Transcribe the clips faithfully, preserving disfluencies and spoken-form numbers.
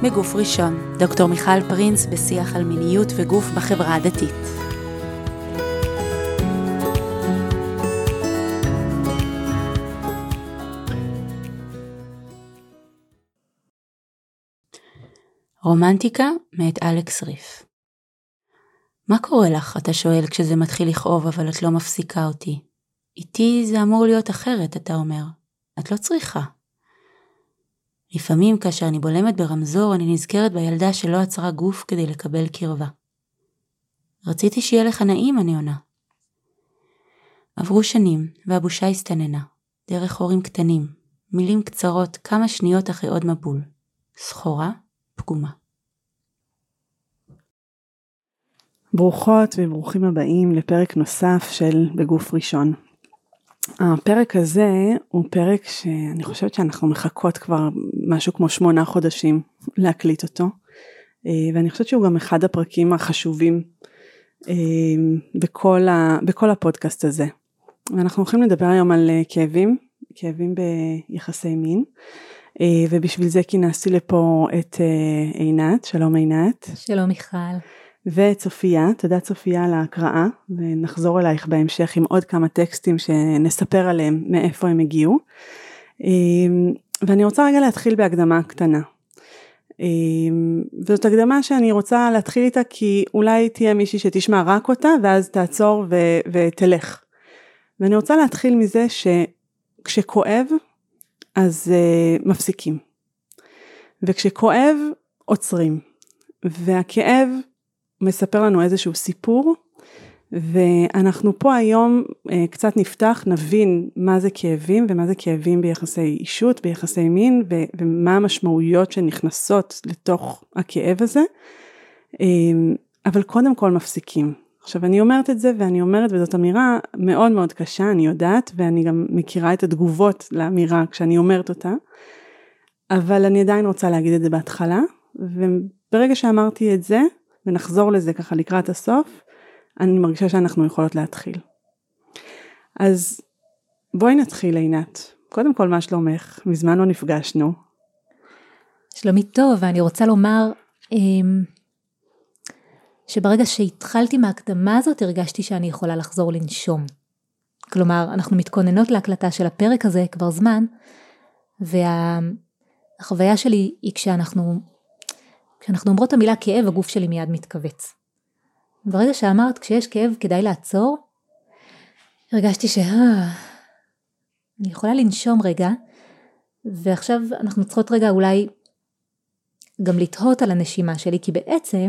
בגוף ראשון, דוקטור מיכל פרינס בשיח על מיניות וגוף בחברה הדתית. רומנטיקה מאת אלכס ריף. מה קורה לך? אתה שואל כשזה מתחיל לכאוב אבל את לא מפסיקה אותי. איתי זה אמור להיות אחרת, אתה אומר. את לא צריכה. לפעמים כאשר אני בולמת ברמזור אני נזכרת בילדה שלא עצרה גוף כדי לקבל קרבה. רציתי שיהיה לך נעים, אני עונה. עברו שנים והבושה הסתננה. דרך חורים קטנים, מילים קצרות כמה שניות אחרי עוד מבול. סחורה פגומה. ברוכות וברוכים הבאים לפרק נוסף של בגוף ראשון. הפרק הזה הוא פרק שאני חושבת שאנחנו מחכות כבר משהו כמו שמונה חודשים להקליט אותו, ואני חושבת שהוא גם אחד הפרקים החשובים בכל, ה, בכל הפודקאסט הזה. ואנחנו הולכים לדבר היום על כאבים, כאבים ביחסי מין, ובשביל זה כינסתי לפה את עינת. שלום עינת. שלום מיכל. וצופיה, תודה צופיה על ההקראה, ונחזור אלייך בהמשך עם עוד כמה טקסטים שנספר עליהם מאיפה הם הגיעו. ואני רוצה רגע להתחיל בהקדמה קטנה. וזאת הקדמה שאני רוצה להתחיל איתה כי אולי תהיה מישהי שתשמע רק אותה ואז תעצור ו- ותלך. ואני רוצה להתחיל מזה שכשכואב אז uh, מפסיקים. וכשכואב עוצרים. והכאב מספר לנו איזשהו סיפור, ואנחנו פה היום uh, קצת נפתח, נבין מה זה כאבים, ומה זה כאבים ביחסי אישות, ביחסי מין, ו- ומה המשמעויות שנכנסות לתוך הכאב הזה, um, אבל קודם כל מפסיקים. עכשיו אני אומרת את זה, ואני אומרת, וזאת אמירה מאוד מאוד קשה, אני יודעת, ואני גם מכירה את התגובות לאמירה כשאני אומרת אותה, אבל אני עדיין רוצה להגיד את זה בהתחלה, וברגע שאמרתי את זה, ונחזור לזה ככה לקראת הסוף, אני מרגישה שאנחנו יכולות להתחיל. אז בואי נתחיל עינת. קודם כל מה שלומך? מזמן לא נפגשנו. שלומי טוב, ואני רוצה לומר שברגע שהתחלתי מההקדמה הזאת, הרגשתי שאני יכולה לחזור לנשום. כלומר, אנחנו מתכוננות להקלטה של הפרק הזה כבר זמן, והחוויה שלי היא כשאנחנו, כשאנחנו אומרות המילה כאב, הגוף שלי מיד מתכווץ. ברגע שאמרת, כשיש כאב כדאי לעצור, הרגשתי שה... אני יכולה לנשום רגע, ועכשיו אנחנו צריכות רגע אולי גם לתהות על הנשימה שלי, כי בעצם,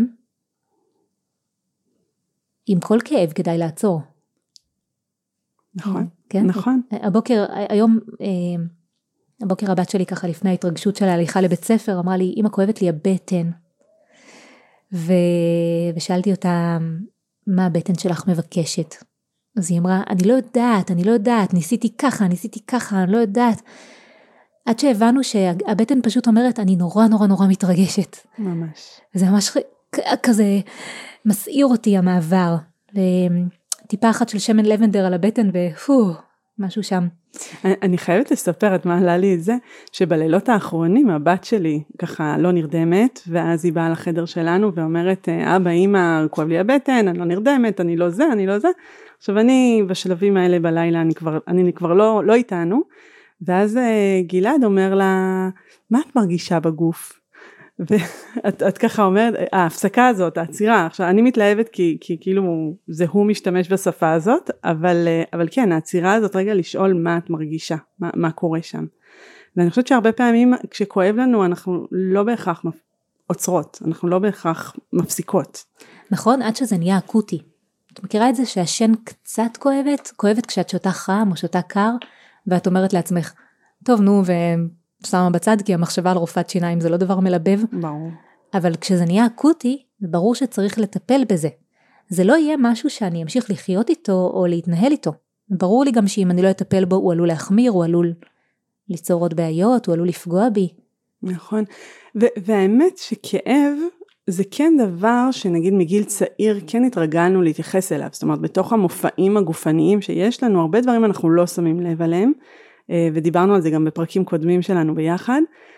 עם כל כאב כדאי לעצור. נכון, כן? נכון. הבוקר, היום, הבוקר הבת שלי ככה לפני ההתרגשות של ההליכה לבית ספר, אמרה לי, אמא כואבת לי הבטן. ו... ושאלתי אותה, מה הבטן שלך מבקשת? אז היא אמרה, אני לא יודעת, אני לא יודעת, ניסיתי ככה, ניסיתי ככה, אני לא יודעת. עד שהבנו שהבטן פשוט אומרת, אני נורא נורא נורא מתרגשת. ממש. וזה ממש כזה מסעיר אותי המעבר. טיפה אחת של שמן לבנדר על הבטן ופו, משהו שם. אני חייבת לספר את מה עלה לי את זה, שבלילות האחרונים הבת שלי ככה לא נרדמת, ואז היא באה לחדר שלנו ואומרת, אבא, אמא, כואב לי הבטן, אני לא נרדמת, אני לא זה, אני לא זה. עכשיו אני בשלבים האלה בלילה, אני כבר, אני כבר לא, לא איתנו, ואז גלעד אומר לה, מה את מרגישה בגוף? ואת את ככה אומרת, ההפסקה הזאת, העצירה, עכשיו אני מתלהבת כי, כי כאילו זה הוא משתמש בשפה הזאת, אבל, אבל כן, העצירה הזאת רגע לשאול מה את מרגישה, מה, מה קורה שם. ואני חושבת שהרבה פעמים כשכואב לנו אנחנו לא בהכרח עוצרות, אנחנו לא בהכרח מפסיקות. נכון, עד שזה נהיה אקוטי. את מכירה את זה שהשן קצת כואבת, כואבת כשאת שותה חם או שותה קר, ואת אומרת לעצמך, טוב נו ו... שמה בצד, כי המחשבה על רופאת שיניים זה לא דבר מלבב. ברור. אבל כשזה נהיה אקוטי, זה ברור שצריך לטפל בזה. זה לא יהיה משהו שאני אמשיך לחיות איתו או להתנהל איתו. ברור לי גם שאם אני לא אטפל בו, הוא עלול להחמיר, הוא עלול ליצור עוד בעיות, הוא עלול לפגוע בי. נכון. ו- והאמת שכאב זה כן דבר שנגיד מגיל צעיר כן התרגלנו להתייחס אליו. זאת אומרת, בתוך המופעים הגופניים שיש לנו, הרבה דברים אנחנו לא שמים לב עליהם, ודיברנו על זה גם בפרקים קודמים שלנו ביחד,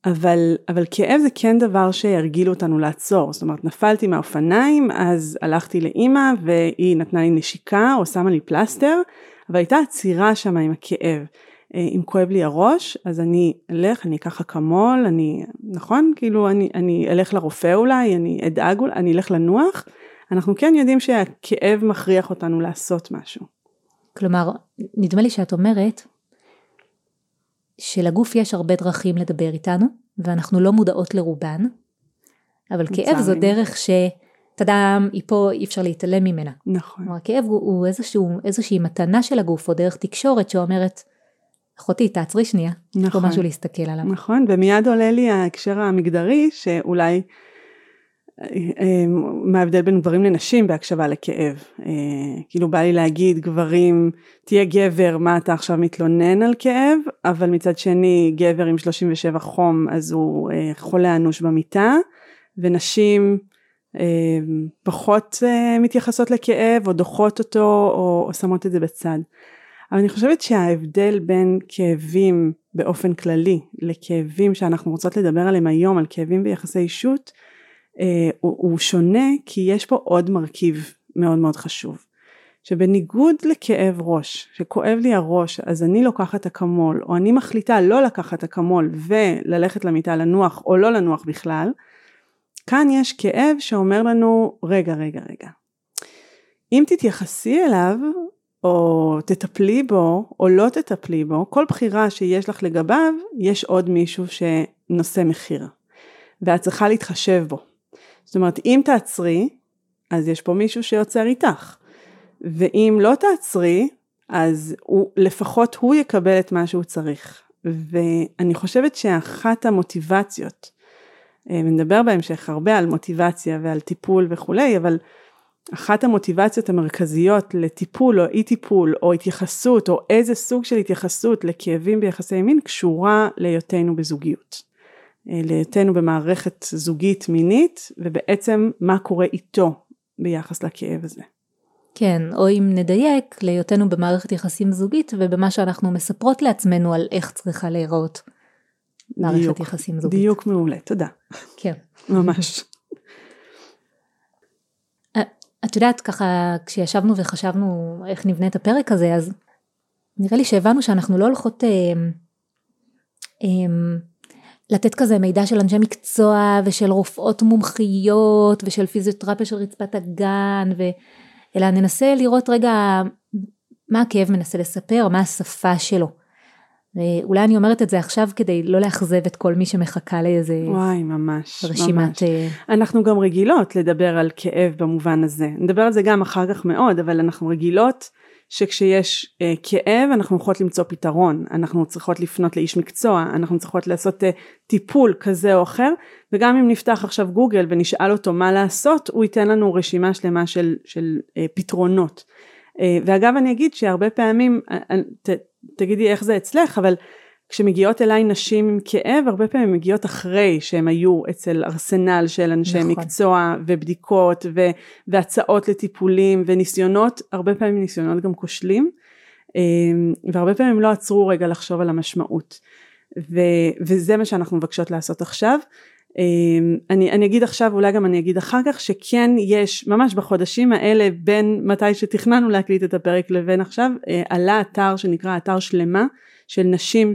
אבל, אבל כאב זה כן דבר שהרגילו אותנו לעצור, זאת אומרת נפלתי מהאופניים, אז הלכתי לאמא והיא נתנה לי נשיקה או שמה לי פלסטר, אבל הייתה עצירה שם עם הכאב. אם כואב לי הראש, אז אני אלך, אני אקח אקמול, אני, נכון? כאילו אני, אני אלך לרופא אולי, אני אדאג, אני אלך לנוח. אנחנו כן יודעים שהכאב מכריח אותנו לעשות משהו. כלומר, נדמה לי שאת אומרת, שלגוף יש הרבה דרכים לדבר איתנו, ואנחנו לא מודעות לרובן, אבל כאב זו דרך שתדם, היא פה אי אפשר להתעלם ממנה. נכון. כלומר, כאב הוא, הוא איזשהו, איזושהי מתנה של הגוף, או דרך תקשורת שאומרת, אחותי, תעצרי שנייה, נכון. יש פה משהו להסתכל עליו. נכון, ומיד עולה לי ההקשר המגדרי, שאולי מה ההבדל בין גברים לנשים בהקשבה לכאב. כאילו בא לי להגיד גברים, תהיה גבר, מה אתה עכשיו מתלונן על כאב, אבל מצד שני גבר עם שלושים ושבע חום, אז הוא חולה אנוש במיטה, ונשים פחות מתייחסות לכאב, או דוחות אותו, או, או שמות את זה בצד. אבל אני חושבת שההבדל בין כאבים באופן כללי, לכאבים שאנחנו רוצות לדבר עליהם היום, על כאבים ביחסי אישות, הוא, הוא שונה כי יש פה עוד מרכיב מאוד מאוד חשוב. שבניגוד לכאב ראש, שכואב לי הראש, אז אני לוקחת אקמול, או אני מחליטה לא לקחת אקמול וללכת למיטה לנוח, או לא לנוח בכלל, כאן יש כאב שאומר לנו, רגע, רגע, רגע. אם תתייחסי אליו, או תטפלי בו, או לא תטפלי בו, כל בחירה שיש לך לגביו, יש עוד מישהו שנושא מחיר. ואת צריכה להתחשב בו. זאת אומרת, אם תעצרי, אז יש פה מישהו שיוצר איתך. ואם לא תעצרי, אז הוא, לפחות הוא יקבל את מה שהוא צריך. ואני חושבת שאחת המוטיבציות, נדבר בהמשך הרבה על מוטיבציה ועל טיפול וכולי, אבל אחת המוטיבציות המרכזיות לטיפול או אי טיפול או התייחסות או איזה סוג של התייחסות לכאבים ביחסי מין קשורה להיותנו בזוגיות. להיותנו במערכת זוגית מינית ובעצם מה קורה איתו ביחס לכאב הזה. כן, או אם נדייק להיותנו במערכת יחסים זוגית ובמה שאנחנו מספרות לעצמנו על איך צריכה להיראות מערכת דיוק, יחסים זוגית. דיוק מעולה, תודה. כן. ממש. את יודעת, ככה, כשישבנו וחשבנו איך נבנה את הפרק הזה, אז נראה לי שהבנו שאנחנו לא הולכות אה, אה, לתת כזה מידע של אנשי מקצוע, ושל רופאות מומחיות, ושל פיזיותרפיה של רצפת הגן, ו... אלא ננסה לראות רגע מה הכאב מנסה לספר, מה השפה שלו. ואולי אני אומרת את זה עכשיו כדי לא לאכזב את כל מי שמחכה לאיזה וואי, ממש, רשימת... ממש. אנחנו גם רגילות לדבר על כאב במובן הזה. נדבר על זה גם אחר כך מאוד, אבל אנחנו רגילות שכשיש אה, כאב אנחנו יכולות למצוא פתרון. אנחנו צריכות לפנות לאיש מקצוע, אנחנו צריכות לעשות אה, טיפול כזה או אחר, וגם אם נפתח עכשיו גוגל ונשאל אותו מה לעשות, הוא ייתן לנו רשימה שלמה של, של אה, פתרונות. אה, ואגב אני אגיד שהרבה פעמים... אה, ת, תגידי איך זה אצלך, אבל כשמגיעות אליי נשים עם כאב, הרבה פעמים מגיעות אחרי שהם היו אצל ארסנל של אנשי נכון. מקצוע ובדיקות ו- והצעות לטיפולים וניסיונות, הרבה פעמים ניסיונות גם כושלים, והרבה פעמים לא עצרו רגע לחשוב על המשמעות, ו- וזה מה שאנחנו מבקשות לעשות עכשיו. אני, אני אגיד עכשיו, אולי גם אני אגיד אחר כך, שכן יש, ממש בחודשים האלה, בין מתי שתכננו להקליט את הפרק לבין עכשיו, עלה אתר שנקרא אתר שלמה, של נשים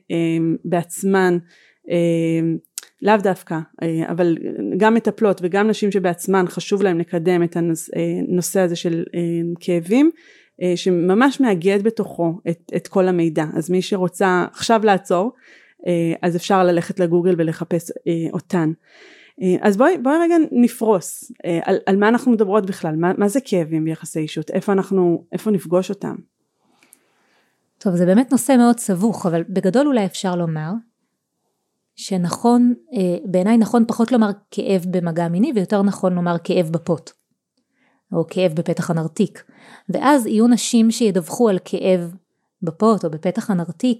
שבעצמן, לאו דווקא, אבל גם מטפלות וגם נשים שבעצמן חשוב להם לקדם את הנושא הזה של כאבים, שממש מאגד בתוכו את, את כל המידע. אז מי שרוצה עכשיו לעצור, אז אפשר ללכת לגוגל ולחפש אותן. אז בואי, בואי רגע נפרוס על, על מה אנחנו מדברות בכלל, מה, מה זה כאבים ביחסי אישות, איפה אנחנו, איפה נפגוש אותם. טוב, זה באמת נושא מאוד סבוך, אבל בגדול אולי אפשר לומר, שנכון, בעיניי נכון פחות לומר כאב במגע מיני, ויותר נכון לומר כאב בפות, או כאב בפתח הנרתיק. ואז יהיו נשים שידווחו על כאב בפות או בפתח הנרתיק,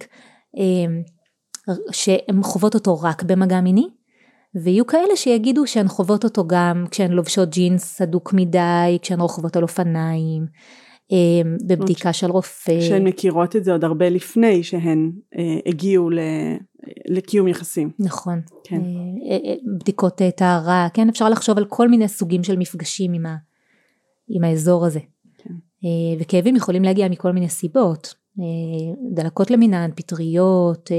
שהן חוות אותו רק במגע מיני, ויהיו כאלה שיגידו שהן חוות אותו גם כשהן לובשות ג'ינס סדוק מדי, כשהן רוכבות על אופניים, בבדיקה של רופא. שהן מכירות את זה עוד הרבה לפני שהן הגיעו לקיום יחסים. נכון. כן. בדיקות טהרה, כן, אפשר לחשוב על כל מיני סוגים של מפגשים עם, ה, עם האזור הזה. כן. וכאבים יכולים להגיע מכל מיני סיבות, דלקות למינן, פטריות,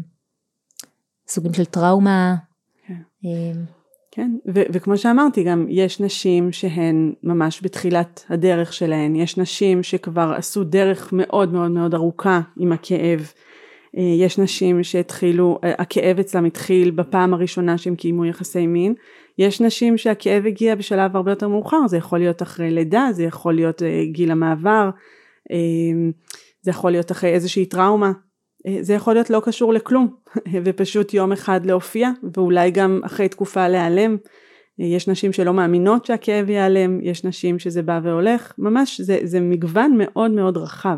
סוגים של טראומה. כן. כן, ו- וכמו שאמרתי גם יש נשים שהן ממש בתחילת הדרך שלהן, יש נשים שכבר עשו דרך מאוד מאוד מאוד ארוכה עם הכאב, יש נשים שהתחילו, הכאב אצלם התחיל בפעם הראשונה שהם קיימו יחסי מין, יש נשים שהכאב הגיע בשלב הרבה יותר מאוחר, זה יכול להיות אחרי לידה, זה יכול להיות גיל המעבר, זה יכול להיות אחרי איזושהי טראומה, זה יכול להיות לא קשור לכלום, ופשוט יום אחד להופיע, ואולי גם אחרי תקופה להיעלם, יש נשים שלא מאמינות שהכאב ייעלם, יש נשים שזה בא והולך, ממש זה, זה מגוון מאוד מאוד רחב.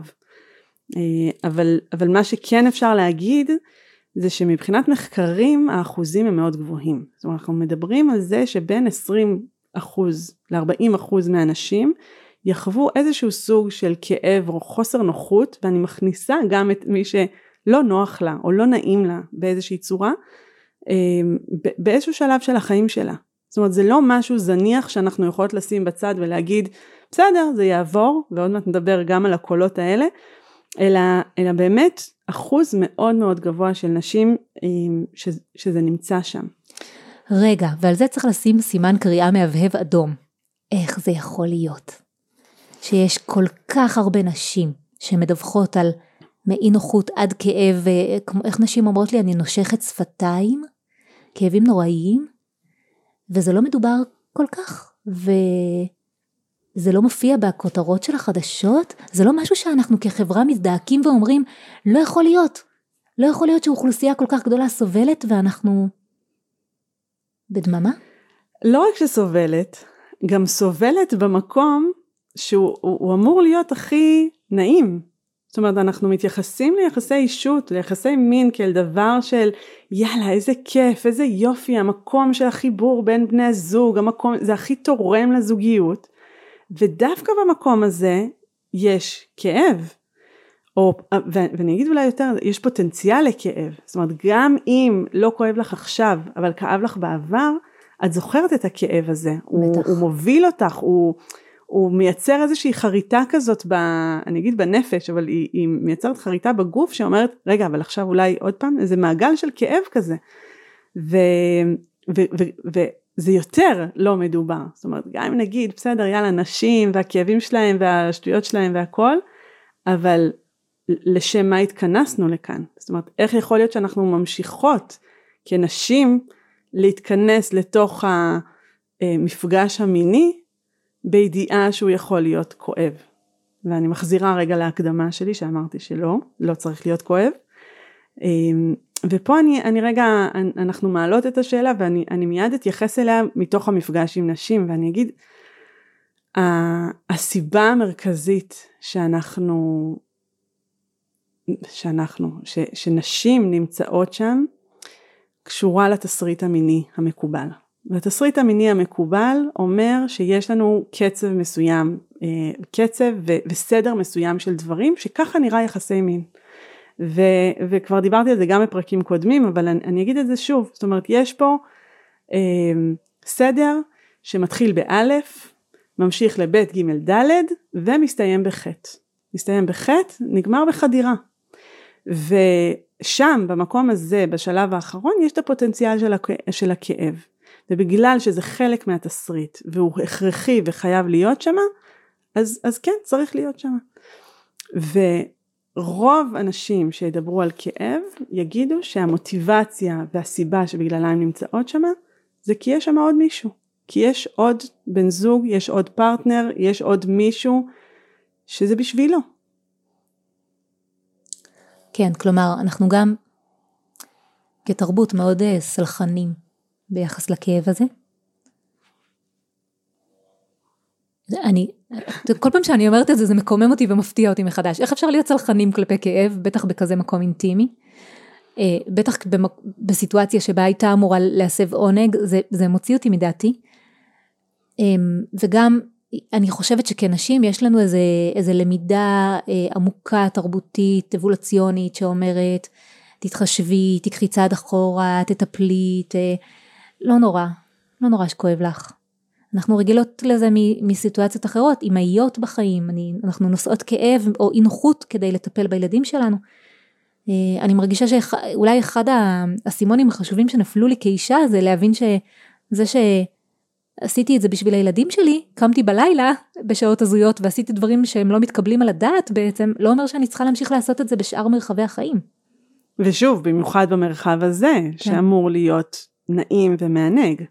אבל, אבל מה שכן אפשר להגיד, זה שמבחינת מחקרים, האחוזים הם מאוד גבוהים. זאת אומרת, אנחנו מדברים על זה שבין עשרים אחוז ל-ארבעים אחוז מהאנשים, יחוו איזשהו סוג של כאב או חוסר נוחות, ואני מכניסה גם את מי שלא נוח לה, או לא נעים לה באיזושהי צורה, באיזשהו שלב של החיים שלה. זאת אומרת, זה לא משהו זניח שאנחנו יכולות לשים בצד ולהגיד, בסדר, זה יעבור, ועוד מעט נדבר גם על הקולות האלה, אלא, אלא באמת אחוז מאוד מאוד גבוה של נשים ש, שזה נמצא שם. רגע, ועל זה צריך לשים סימן קריאה מהבהב אדום. איך זה יכול להיות? שיש כל כך הרבה נשים שמדווחות על מאי נוחות עד כאב, איך נשים אומרות לי, אני נושכת שפתיים, כאבים נוראיים, וזה לא מדובר כל כך, וזה לא מופיע בכותרות של החדשות, זה לא משהו שאנחנו כחברה מזדעקים ואומרים, לא יכול להיות, לא יכול להיות שאוכלוסייה כל כך גדולה סובלת, ואנחנו בדממה? לא רק שסובלת, גם סובלת במקום שהוא הוא, הוא אמור להיות הכי נעים. זאת אומרת, אנחנו מתייחסים ליחסי אישות, ליחסי מין כאל דבר של, יאללה, איזה כיף, איזה יופי, המקום של החיבור בין בני הזוג, המקום, זה הכי תורם לזוגיות, ודווקא במקום הזה יש כאב, או, ו, ואני אגיד אולי יותר, יש פוטנציאל לכאב, זאת אומרת, גם אם לא כואב לך עכשיו, אבל כאב לך בעבר, את זוכרת את הכאב הזה, הוא, הוא מוביל אותך, הוא... הוא מייצר איזושהי חריטה כזאת, ב, אני אגיד בנפש, אבל היא, היא מייצרת חריטה בגוף שאומרת, רגע, אבל עכשיו אולי עוד פעם, איזה מעגל של כאב כזה. ו, ו, ו, וזה יותר לא מדובר. זאת אומרת, גם אם נגיד, בסדר, יאללה, נשים והכאבים שלהם והשטויות שלהם והכל, אבל לשם מה התכנסנו לכאן? זאת אומרת, איך יכול להיות שאנחנו ממשיכות כנשים להתכנס לתוך המפגש המיני, בידיעה שהוא יכול להיות כואב. ואני מחזירה רגע להקדמה שלי, שאמרתי שלא, לא צריך להיות כואב. ופה אני, אני רגע, אנחנו מעלות את השאלה, ואני אני מיד אתייחס אליה מתוך המפגש עם נשים, ואני אגיד, הסיבה המרכזית שאנחנו, שאנחנו, ש, שנשים נמצאות שם, קשורה לתסריט המיני המקובל. והתסריט המיני המקובל אומר שיש לנו קצב מסוים, קצב וסדר מסוים של דברים, שככה נראה יחסי מין. ו, וכבר דיברתי על זה גם בפרקים קודמים, אבל אני, אני אגיד את זה שוב, זאת אומרת, יש פה אה, סדר שמתחיל באלף, ממשיך לבית ג' ד' ומסתיים בחטא. מסתיים בחטא, נגמר בחדירה. ושם, במקום הזה, בשלב האחרון, יש את הפוטנציאל של, הכ... של הכאב. ובגלל שזה חלק מהתסריט, והוא הכרחי וחייב להיות שם, אז, אז כן, צריך להיות שם. ורוב אנשים שידברו על כאב, יגידו שהמוטיבציה והסיבה שבגללה הם נמצאות שם, זה כי יש שם עוד מישהו. כי יש עוד בן זוג, יש עוד פרטנר, יש עוד מישהו, שזה בשבילו. כן, כלומר, אנחנו גם כתרבות מאוד סלחנים ביחס לכאב הזה. אני, כל פעם שאני אומרת את זה, זה מקומם אותי ומפתיע אותי מחדש. איך אפשר להיות סלחנים כלפי כאב, בטח בכזה מקום אינטימי? בטח בסיטואציה שבה הייתה אמורה להסב עונג, זה, זה מוציא אותי מדעתי. וגם אני חושבת שכנשים יש לנו איזה, איזה למידה עמוקה, תרבותית, אבולוציונית, שאומרת, תתחשבי, תקחי צעד אחורה, תטפלי, ת... לא נורא, לא נורא שכואב לך. אנחנו רגילות לזה מסיטואציות אחרות, אימהיות בחיים, אני, אנחנו נושאות כאב או אי נוחות כדי לטפל בילדים שלנו. אני מרגישה שאולי אחד הסימונים החשובים שנפלו לי כאישה, זה להבין שזה שעשיתי את זה בשביל הילדים שלי, קמתי בלילה בשעות הזויות, ועשיתי דברים שהם לא מתקבלים על הדעת בעצם, לא אומר שאני צריכה להמשיך לעשות את זה בשאר מרחבי החיים. ושוב, במיוחד במרחב הזה, כן. שאמור להיות נעים ומענג.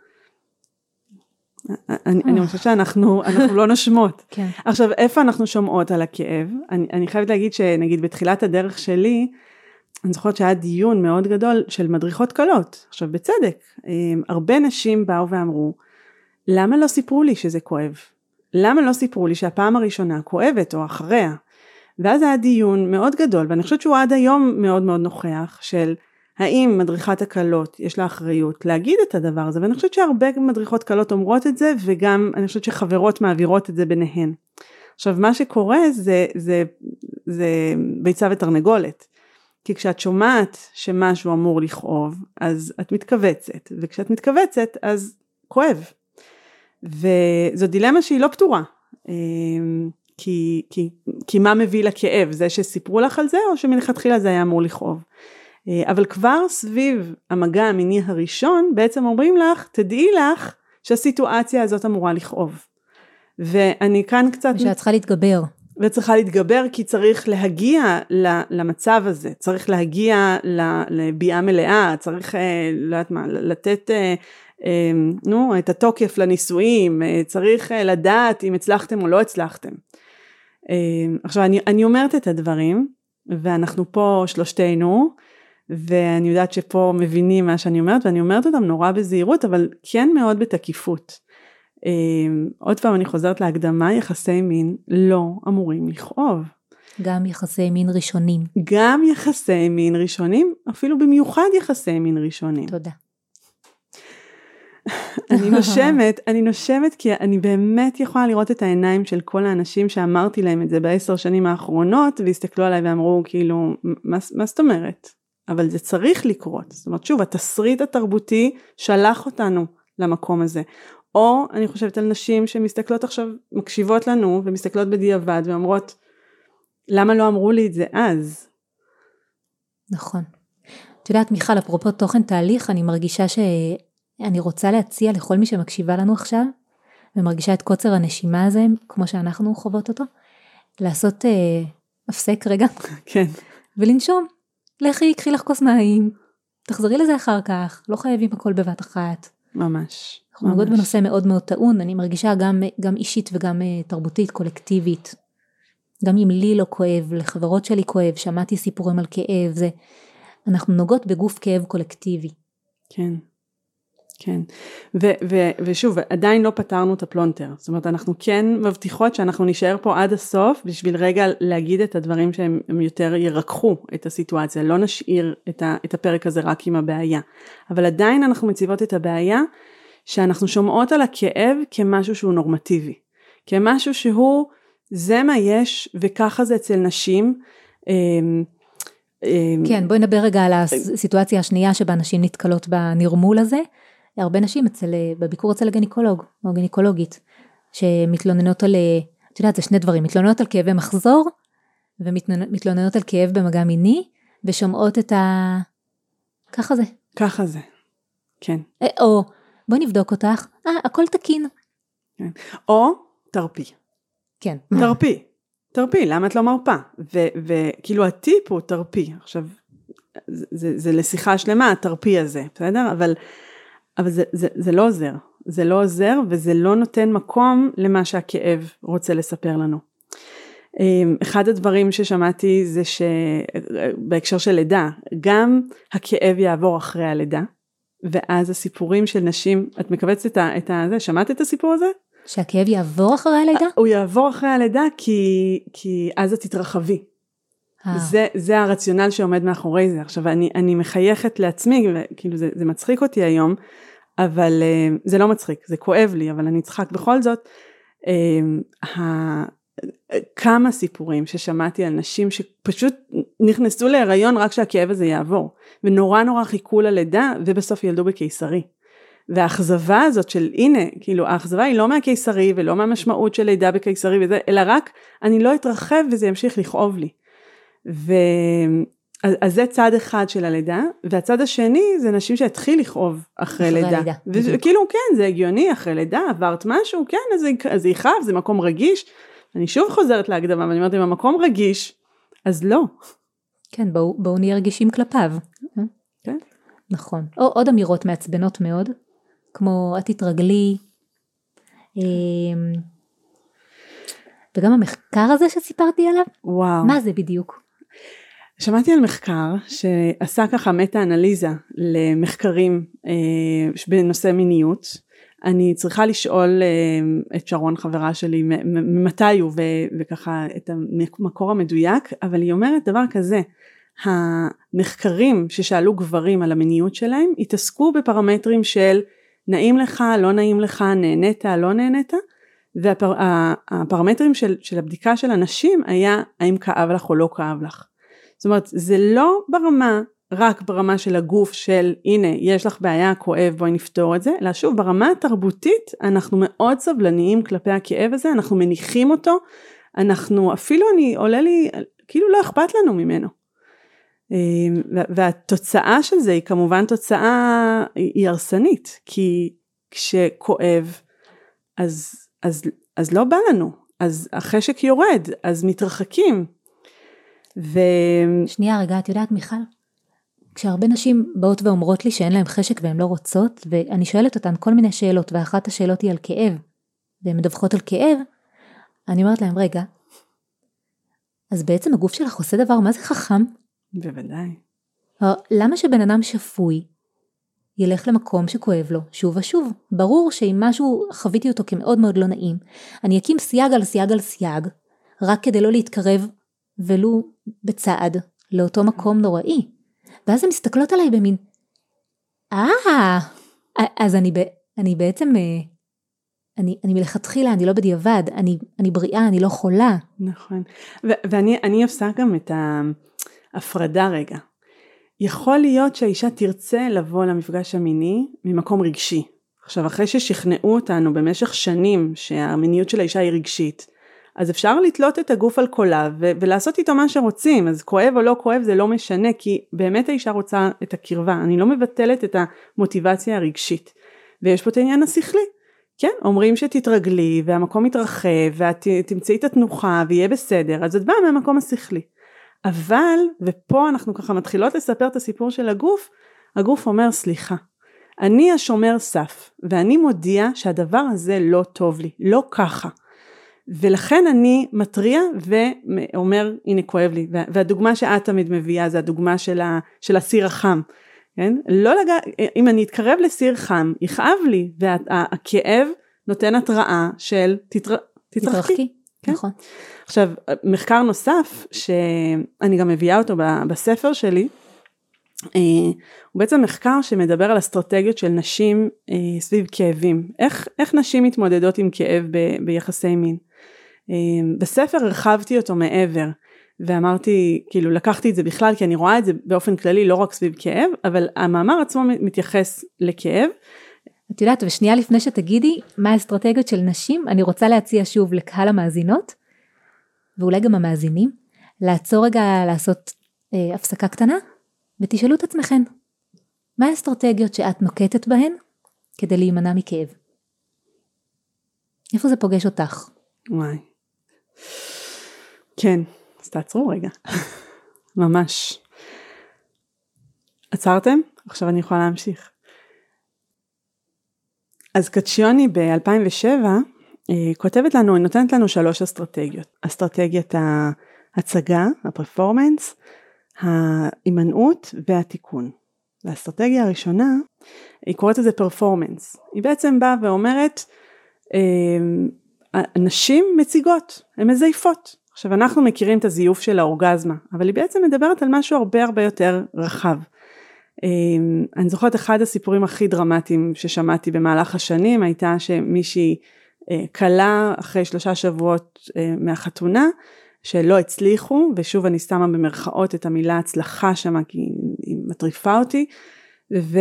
אני, אני חושבת שאנחנו אנחנו לא נושמות. כן. עכשיו, איפה אנחנו שומעות על הכאב? אני, אני חייבת להגיד שנגיד בתחילת הדרך שלי, אני זוכרת שהיה דיון מאוד גדול של מדריכות קלות. עכשיו, בצדק, הרבה נשים באו ואמרו, למה לא סיפרו לי שזה כואב? למה לא סיפרו לי שהפעם הראשונה כואבת או אחריה? ואז היה דיון מאוד גדול, ואני חושבת שהוא עד היום מאוד מאוד נוכח, של האם מדריכת הקלות יש לה אחריות להגיד את הדבר הזה, ואני חושבת שהרבה מדריכות קלות אומרות את זה, וגם אני חושבת שחברות מעבירות את זה ביניהן. עכשיו, מה שקורה זה, זה, זה ביצה ותרנגולת, כי כשאת שומעת שמשהו אמור לכאוב, אז את מתכווצת, וכשאת מתכווצת, אז כואב. וזו דילמה שהיא לא פתורה, כי, כי, כי מה מביא לכאב? זה שסיפרו לך על זה, או שמלכתחילה זה היה אמור לכאוב? אבל כבר סביב המגע המיני הראשון, בעצם אומרים לך, תדעי לך שהסיטואציה הזאת אמורה לכאוב. ואני כאן קצת... ושאת צריכה להתגבר. וצריכה להתגבר, כי צריך להגיע למצב הזה, צריך להגיע לביעה מלאה, צריך, לא יודעת מה, לתת, נו, את התוקף לניסויים, צריך לדעת אם הצלחתם או לא הצלחתם. עכשיו, אני, אני אומרת את הדברים, ואנחנו פה שלושתנו, ואני יודעת שפה מבינים מה שאני אומרת, ואני אומרת אותם נורא בזהירות, אבל כן מאוד בתקיפות. עוד פעם אני חוזרת להקדמה, יחסי מין לא אמורים לכאוב. גם יחסי מין ראשונים. גם יחסי מין ראשונים, אפילו במיוחד יחסי מין ראשונים. תודה. אני נושמת, אני נושמת כי אני באמת יכולה לראות את העיניים של כל האנשים שאמרתי להם את זה בעשר שנים האחרונות, והסתכלו עליי ואמרו כאילו, מה, מה זאת אומרת? אבל זה צריך לקרות. זאת אומרת, שוב, התסריט התרבותי שלח אותנו למקום הזה. או אני חושבת על נשים שמסתכלות עכשיו, מקשיבות לנו ומסתכלות בדיעבד ואומרות, למה לא אמרו לי את זה אז? נכון. את יודעת, מיכל, אפרופו תוכן תהליך, אני מרגישה שאני רוצה להציע לכל מי שמקשיבה לנו עכשיו, ומרגישה את קוצר הנשימה הזה, כמו שאנחנו חוות אותו, לעשות אה, הפסק רגע. כן. ולנשום. לכי, קחי לך כוס מים, תחזרי לזה אחר כך, לא חייבים הכל בבת אחת. ממש. אנחנו נוגעות בנושא מאוד מאוד טעון, אני מרגישה גם, גם אישית וגם תרבותית, קולקטיבית. גם אם לי לא כואב, לחברות שלי כואב, שמעתי סיפורים על כאב, זה, אנחנו נוגעות בגוף כאב קולקטיבי. כן, כן. ו- ו- ושוב, עדיין לא פתרנו את הפלונטר. זאת אומרת, אנחנו כן מבטיחות שאנחנו נשאר פה עד הסוף, בשביל רגע להגיד את הדברים שהם יותר ירקחו את הסיטואציה. לא נשאיר את, ה- את הפרק הזה רק עם הבעיה. אבל עדיין אנחנו מציבות את הבעיה, שאנחנו שומעות על הכאב כמשהו שהוא נורמטיבי. כמשהו שהוא, זה מה יש, וככה זה אצל נשים. כן, בואי נדבר רגע על הסיטואציה השנייה, שבה נשים נתקלות בנרמול הזה. הרבה נשים אצל, בביקור אצל הגניקולוג, או גניקולוגית, שמתלוננות על, את יודעת, זה שני דברים, מתלוננות על כאבי מחזור, ומתלוננות על כאב במגע מיני, ושומעות את ה... ככה זה. ככה זה, כן. או, בואי נבדוק אותך, אה, הכל תקין. כן. או, תרפי. כן. תרפי, תרפי, למה את לא מרפה? וכאילו הטיפ הוא תרפי, עכשיו, זה, זה, זה לשיחה שלמה, התרפי הזה, בסדר? אבל, אבל זה, זה, זה לא עוזר, זה לא עוזר, וזה לא נותן מקום למה שהכאב רוצה לספר לנו. אחד הדברים ששמעתי זה שבהקשר של לידה, גם הכאב יעבור אחרי הלידה, ואז הסיפורים של נשים, את מקבצת את זה, שמעת את הסיפור הזה? שהכאב יעבור אחרי הלידה? הוא יעבור אחרי הלידה כי, כי אז את תתרחבי. זה, זה הרציונל שעומד מאחורי זה. עכשיו, אני, אני מחייכת לעצמי, כאילו זה, זה מצחיק אותי היום, אבל זה לא מצחיק, זה כואב לי, אבל אני צחק בכל זאת. כמה סיפורים ששמעתי על נשים שפשוט נכנסו להיריון רק שהכאב הזה יעבור, ונורא נורא חיכו ללידה, ובסוף ילדו בקיסרי. והאכזבה הזאת של, הנה, כאילו, האכזבה היא לא מהקיסרי, ולא מהמשמעות של לידה בקיסרי וזה, אלא רק, אני לא אתרחב וזה ימשיך לכאוב לי. ו... אז, אז זה צד אחד של הלידה, והצד השני זה נשים שהתחיל לכאוב אחרי, אחרי לידה. לידה. וכאילו, כן, זה הגיוני, אחרי לידה, עברת משהו, כן, אז, אז זה יכאב, זה מקום רגיש. אני שוב חוזרת להקדמה, ואני אומרת, אם המקום רגיש, אז לא. כן, בואו, בואו נהיה רגישים כלפיו. כן. נכון. או, עוד אמירות מעצבנות מאוד, כמו, את תתרגלי, וגם המחקר הזה שסיפרתי עליו, וואו. מה זה בדיוק? שמעתי על מחקר שעשה ככה מטה-אנליזה למחקרים אה, בנושא מיניות. אני צריכה לשאול אה, את שרון חברה שלי ממתי הוא ו- וככה את המקור המדויק, אבל היא אומרת דבר כזה, המחקרים ששאלו גברים על המיניות שלהם התעסקו בפרמטרים של נעים לך, לא נעים לך, נהנית, לא נהנית, והפרמטרים של, של הבדיקה של הנשים היה האם כאב לך או לא כאב לך. זאת אומרת, זה לא ברמה, רק ברמה של הגוף של, הנה, יש לך בעיה, כואב, בואי נפתור את זה, אלא שוב, ברמה התרבותית, אנחנו מאוד סבלניים כלפי הכאב הזה, אנחנו מניחים אותו, אנחנו, אפילו אני, עולה לי, כאילו לא אכפת לנו ממנו. והתוצאה של זה היא כמובן תוצאה, היא הרסנית, כי כשכואב, אז, אז, אז לא בא לנו, אז החשק יורד, אז מתרחקים, ו... שנייה רגע, את יודעת מיכל, כשהרבה נשים באות ואומרות לי שאין להן חשק והן לא רוצות, ואני שואלת אותן כל מיני שאלות, ואחת השאלות היא על כאב, והן מדווחות על כאב, אני אומרת להם, רגע, אז בעצם הגוף שלך עושה דבר, מה זה חכם? בוודאי. למה שבן אדם שפוי, ילך למקום שכואב לו, שוב ושוב? ברור שאם משהו חוויתי אותו כמאוד מאוד לא נעים, אני אקים סייג על סייג על סייג, רק כדי לא להתקרב, ולו בצעד, לאותו מקום נוראי. ואז הן מסתכלות עליי במין, אה, אז אני, אני בעצם, אני, אני מלכתחילה, אני לא בדיעבד, אני, אני בריאה, אני לא חולה. נכון. ו- ואני, אני אפסה גם את ההפרדה רגע. יכול להיות שהאישה תרצה לבוא למפגש המיני ממקום רגשי. עכשיו, אחרי ששכנעו אותנו במשך שנים שהמיניות של האישה היא רגשית, אז אפשר לתלות את הגוף על קוליו ו- ולעשות איתו מה שרוצים, אז כואב או לא כואב זה לא משנה, כי באמת האישה רוצה את הקרבה, אני לא מבטלת את המוטיבציה הרגשית, ויש פה את העניין השכלי, כן, אומרים שתתרגלי והמקום יתרחב, ואת תמצאי את התנוחה ויהיה בסדר, אז את באה מהמקום השכלי, אבל, ופה אנחנו ככה מתחילות לספר את הסיפור של הגוף, הגוף אומר סליחה, אני השומר סף, ואני מודיע שהדבר הזה לא טוב לי, לא ככה, ולכן אני מטריע ואומר, הנה כואב לי, והדוגמה שאת תמיד מביאה, זה הדוגמה של, ה, של הסיר החם, כן? לא לגע, אם אני אתקרב לסיר חם, יכאב לי, והכאב נותן התראה של תתר, תתרחקי. תתרחקי, כן? נכון. עכשיו, מחקר נוסף, שאני גם מביאה אותו בספר שלי, הוא בעצם מחקר שמדבר על אסטרטגיות של נשים סביב כאבים, איך, איך נשים מתמודדות עם כאב ב, ביחסי מין. בספר הרחבתי אותו מעבר, ואמרתי, כאילו לקחתי את זה בכלל, כי אני רואה את זה באופן כללי, לא רק סביב כאב, אבל המאמר עצמו מתייחס לכאב. את יודעת, ושנייה לפני שתגידי, מה האסטרטגיות של נשים, אני רוצה להציע שוב לקהל המאזינות, ואולי גם המאזינים, לעצור רגע לעשות אה, הפסקה קטנה, ותשאלו את עצמכם, מה האסטרטגיות שאת נוקטת בהן, כדי להימנע מכאב? איפה זה פוגש אותך? וואי. כן, אז תעצרו רגע. ממש. עצרתם? עכשיו אני יכולה להמשיך. אז קצ'יוני ב-אלפיים ושבע כותבת לנו, היא נותנת לנו שלוש אסטרטגיות. אסטרטגיית ההצגה, הפרפורמנס, ההימנעות והתיקון. והאסטרטגיה הראשונה, היא קוראת לזה פרפורמנס. היא בעצם באה ואומרת, נשים מציגות, הן מזייפות. עכשיו אנחנו מכירים את הזיוף של האורגזמה, אבל היא בעצם מדברת על משהו הרבה הרבה יותר רחב. אני זוכרת אחד הסיפורים הכי דרמטיים ששמעתי במהלך השנים, הייתה שמישהי קלה אחרי שלושה שבועות מהחתונה, שלא הצליחו, ושוב אני שמה במרכאות את המילה הצלחה שם, כי היא מטריפה אותי, ו...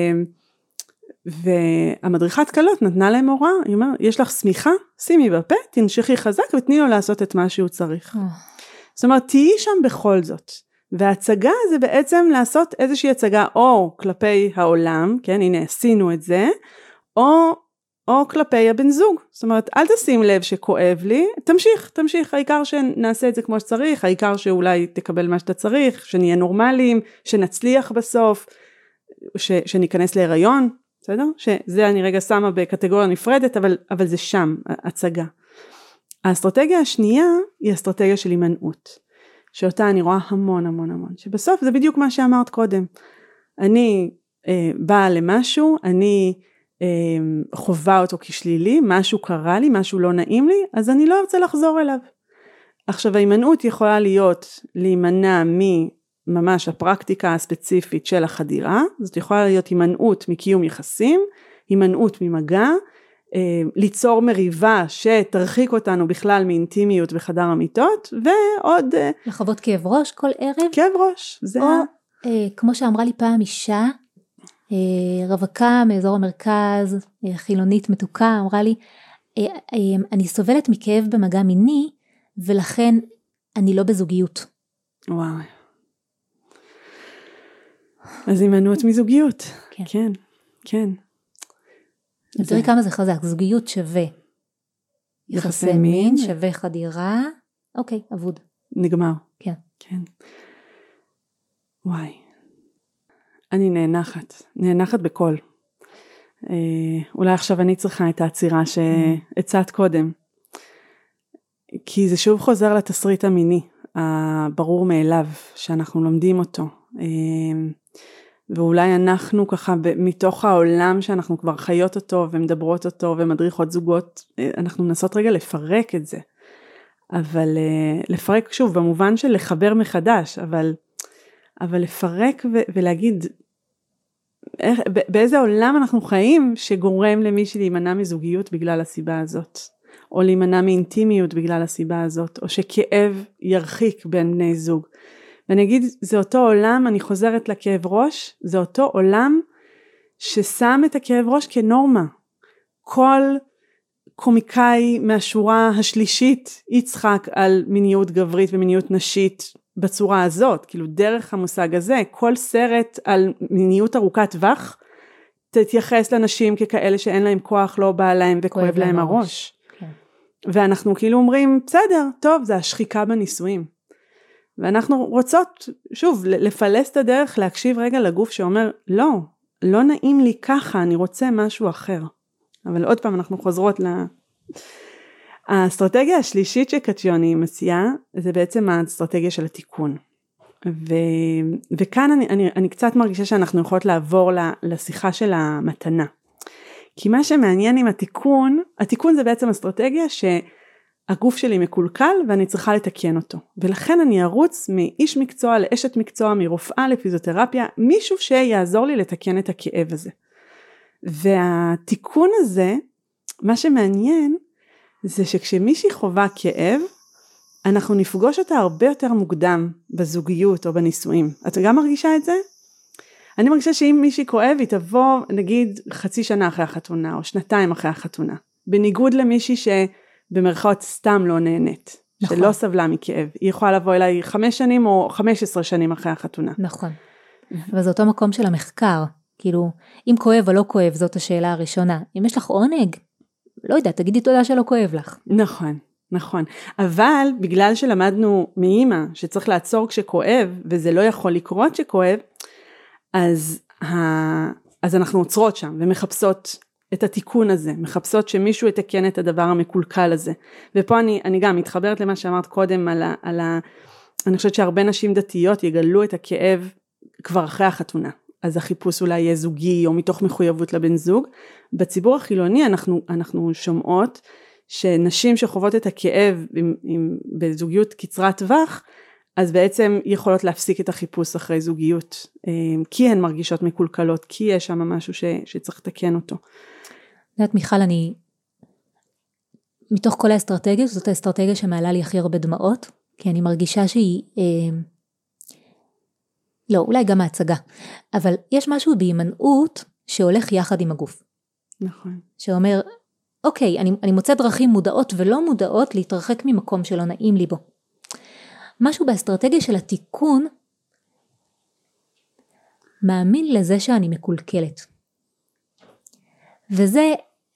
והמדריכת קלות נתנה להם הוראה, היא אומרת, יש לך סמיכה, שימי בפה, תנשכי חזק, ותני לו לעשות את מה שהוא צריך. זאת אומרת, תהיי שם בכל זאת. וההצגה זה בעצם לעשות איזושהי הצגה, או כלפי העולם, כן, הנה עשינו את זה, או, או כלפי הבן זוג. זאת אומרת, אל תשים לב שכואב לי, תמשיך, תמשיך, העיקר שנעשה את זה כמו שצריך, העיקר שאולי תקבל מה שאתה צריך, שנהיה נורמליים, שנצליח בסוף, ש, שניכנס להיריון, בסדר? שזה אני רגע שמה בקטגוריה נפרדת, אבל, אבל זה שם, הצגה. האסטרטגיה השנייה היא אסטרטגיה של הימנעות, שאותה אני רואה המון המון המון, שבסוף זה בדיוק מה שאמרת קודם. אני אה, באה למשהו, אני אה, חובה אותו כשלילי, משהו קרה לי, משהו לא נעים לי, אז אני לא רוצה לחזור אליו. עכשיו ההימנעות יכולה להיות להימנע ממש הפרקטיקה הספציפית של החדירה, זאת יכולה להיות הימנעות מקיום יחסים, הימנעות ממגע, ליצור מריבה שתרחיק אותנו בכלל מאינטימיות בחדר המיטות, ועוד... לחוות כאב ראש כל ערב. כאב ראש. זה או, אה, כמו שאמרה לי פעם אישה, אה, רווקה מאזור המרכז, אה, חילונית מתוקה, אמרה לי, אה, אה, אני סובלת מכאב במגע מיני, ולכן אני לא בזוגיות. וואו. אז הימנעות מזוגיות. כן. כן, כן. תראי כמה זה חזק, זוגיות שווה יחסי מין, שווה חדירה, אוקיי, עבוד. נגמר. כן. כן. וואי. אני נאנחת, נאנחת בכל. אה, אולי עכשיו אני צריכה את העצירה שהצעת קודם. כי זה שוב חוזר לתסריט המיני, הברור מאליו, שאנחנו לומדים אותו. אה, ואולי אנחנו ככה מתוך העולם שאנחנו כבר חיות אותו ומדברות אותו ומדריכות זוגות, אנחנו מנסות רגע לפרק את זה. אבל לפרק שוב במובן של לחבר מחדש, אבל, אבל לפרק ו- ולהגיד איך, באיזה עולם אנחנו חיים שגורם למישהי להימנע מזוגיות בגלל הסיבה הזאת, או להימנע מאינטימיות בגלל הסיבה הזאת, או שכאב ירחיק בין בני זוג. ואני אגיד, זה אותו עולם, אני חוזרת לכאב ראש, זה אותו עולם ששם את הכאב ראש כנורמה. כל קומיקאי מהשורה השלישית יצחק על מיניות גברית ומיניות נשית בצורה הזאת, כאילו דרך המושג הזה, כל סרט על מיניות ארוכת טווח, תתייחס לנשים ככאלה שאין להם כוח, לא בא להם וכואב להם הראש. כן. ואנחנו כאילו אומרים, בסדר, טוב, זה השחיקה בנישואים. ואנחנו רוצות, שוב, לפלס את הדרך, להקשיב רגע לגוף שאומר, לא, לא נעים לי ככה, אני רוצה משהו אחר. אבל עוד פעם אנחנו חוזרות ל... האסטרטגיה השלישית שקטיוני מציעה, זה בעצם האסטרטגיה של התיקון. ו... וכאן אני, אני, אני קצת מרגישה שאנחנו יכולות לעבור לשיחה של המתנה. כי מה שמעניין עם התיקון, התיקון זה בעצם אסטרטגיה ש... הגוף שלי מקולקל ואני צריכה לתקן אותו. ולכן אני ארוץ מאיש מקצוע לאשת מקצוע, מרופאה לפיזיותרפיה, מישהו שיעזור לי לתקן את הכאב הזה. והתיקון הזה, מה שמעניין, זה שכשמישהי חווה כאב, אנחנו נפגוש אותה הרבה יותר מוקדם בזוגיות או בנישואים. את גם מרגישה את זה? אני מרגישה שאם מישהי כואב, היא תבוא נגיד חצי שנה אחרי החתונה או שנתיים אחרי החתונה. בניגוד למישהי ש... במרכאות סתם לא נהנית, נכון. שלא סבלה מכאב. היא יכולה לבוא אליי חמש שנים או חמש עשרה שנים אחרי החתונה. נכון. אבל זה אותו מקום של המחקר. כאילו, אם כואב או לא כואב, זאת השאלה הראשונה. אם יש לך עונג, לא יודע, תגידי תודה שלא כואב לך. נכון, נכון. אבל בגלל שלמדנו מאמא שצריך לעצור כשכואב, וזה לא יכול לקרות שכואב, אז, ה... אז אנחנו עוצרות שם ומחפשות את התיקון הזה, מחפשות שמישהו יתקן את הדבר המקולקל הזה. ופה אני, אני גם מתחברת למה שאמרת קודם, על ה, על ה, אני חושבת שהרבה נשים דתיות יגלו את הכאב כבר אחרי החתונה. אז החיפוש אולי יהיה זוגי, או מתוך מחויבות לבן זוג. בציבור החילוני אנחנו, אנחנו שומעות, שנשים שחוות את הכאב עם, עם, בזוגיות קצרת טווח, אז בעצם יכולות להפסיק את החיפוש אחרי זוגיות, כי הן מרגישות מקולקלות, כי יש שם משהו ש, שצריך לתקן אותו. יודעת מיכל, אני, מתוך כל האסטרטגיה, זאת האסטרטגיה שמעלה לי הכי הרבה דמעות, כי אני מרגישה שהיא, אה, לא, אולי גם ההצגה, אבל יש משהו בהימנעות שהולך יחד עם הגוף. נכון. שאומר, אוקיי, אני, אני מוצא דרכים מודעות ולא מודעות להתרחק ממקום שלא נעים לי בו. משהו באסטרטגיה של התיקון, מאמין לזה שאני מקולקלת. וזה,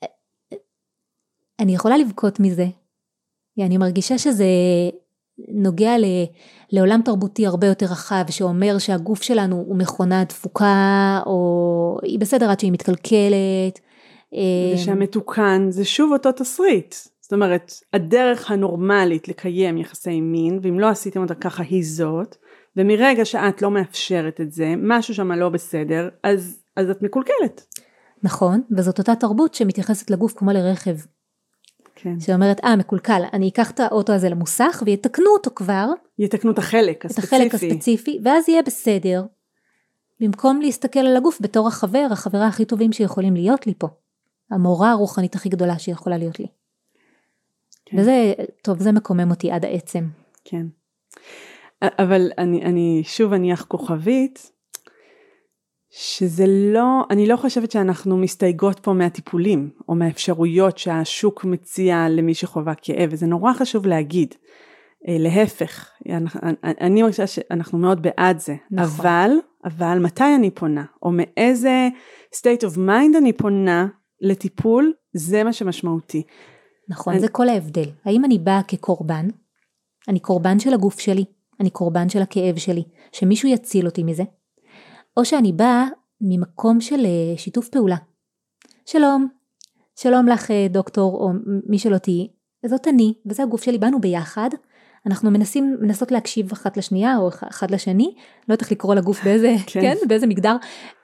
אני יכולה לבכות מזה, אני מרגישה שזה נוגע ל, לעולם תרבותי הרבה יותר רחב, שאומר שהגוף שלנו הוא מכונה דפוקה, או היא בסדר עד שהיא מתקלקלת. ושהמתוקן זה שוב אותו תסריט. זאת אומרת, הדרך הנורמלית לקיים יחסי מין, ואם לא עשיתם אותה ככה היא זאת, ומרגע שאת לא מאפשרת את זה, משהו שם לא בסדר, אז, אז את מקולקלת. נכון, וזאת אותה תרבות שמתייחסת לגוף כמו לרכב. כן. שאומרת, אה, מקולקל, אני אקח את האוטו הזה למוסך, ויתקנו אותו כבר. יתקנו את החלק את הספציפי. החלק הספציפי, ואז יהיה בסדר. במקום להסתכל על הגוף בתור החבר, החברה הכי טובים שיכולים להיות לי פה. המורה הרוחנית הכי גדולה שיכולה להיות לי. כן. וזה, טוב, זה מקומם אותי עד העצם. כן. אבל אני, אני שוב אניח כוכבית, שזה לא, אני לא חושבת שאנחנו מסתייגות פה מהטיפולים, או מהאפשרויות שהשוק מציע למי שחווה כאב, וזה נורא חשוב להגיד, להפך, אני מרגישה שאנחנו מאוד בעד זה, נכון. אבל, אבל מתי אני פונה, או מאיזה state of mind אני פונה לטיפול, זה מה שמשמעותי. נכון, אני... זה כל ההבדל. האם אני באה כקורבן, אני קורבן של הגוף שלי, אני קורבן של הכאב שלי, שמישהו יציל אותי מזה, או שאני באה ממקום של שיתוף פעולה. שלום, שלום לך דוקטור, או מי שלא תהי, זאת אני, וזה הגוף שלי, באנו ביחד, אנחנו מנסים, מנסות להקשיב אחת לשנייה, או אחד לשני, לא יודעת איך לקרוא לגוף באיזה, כן. כן, באיזה מגדר.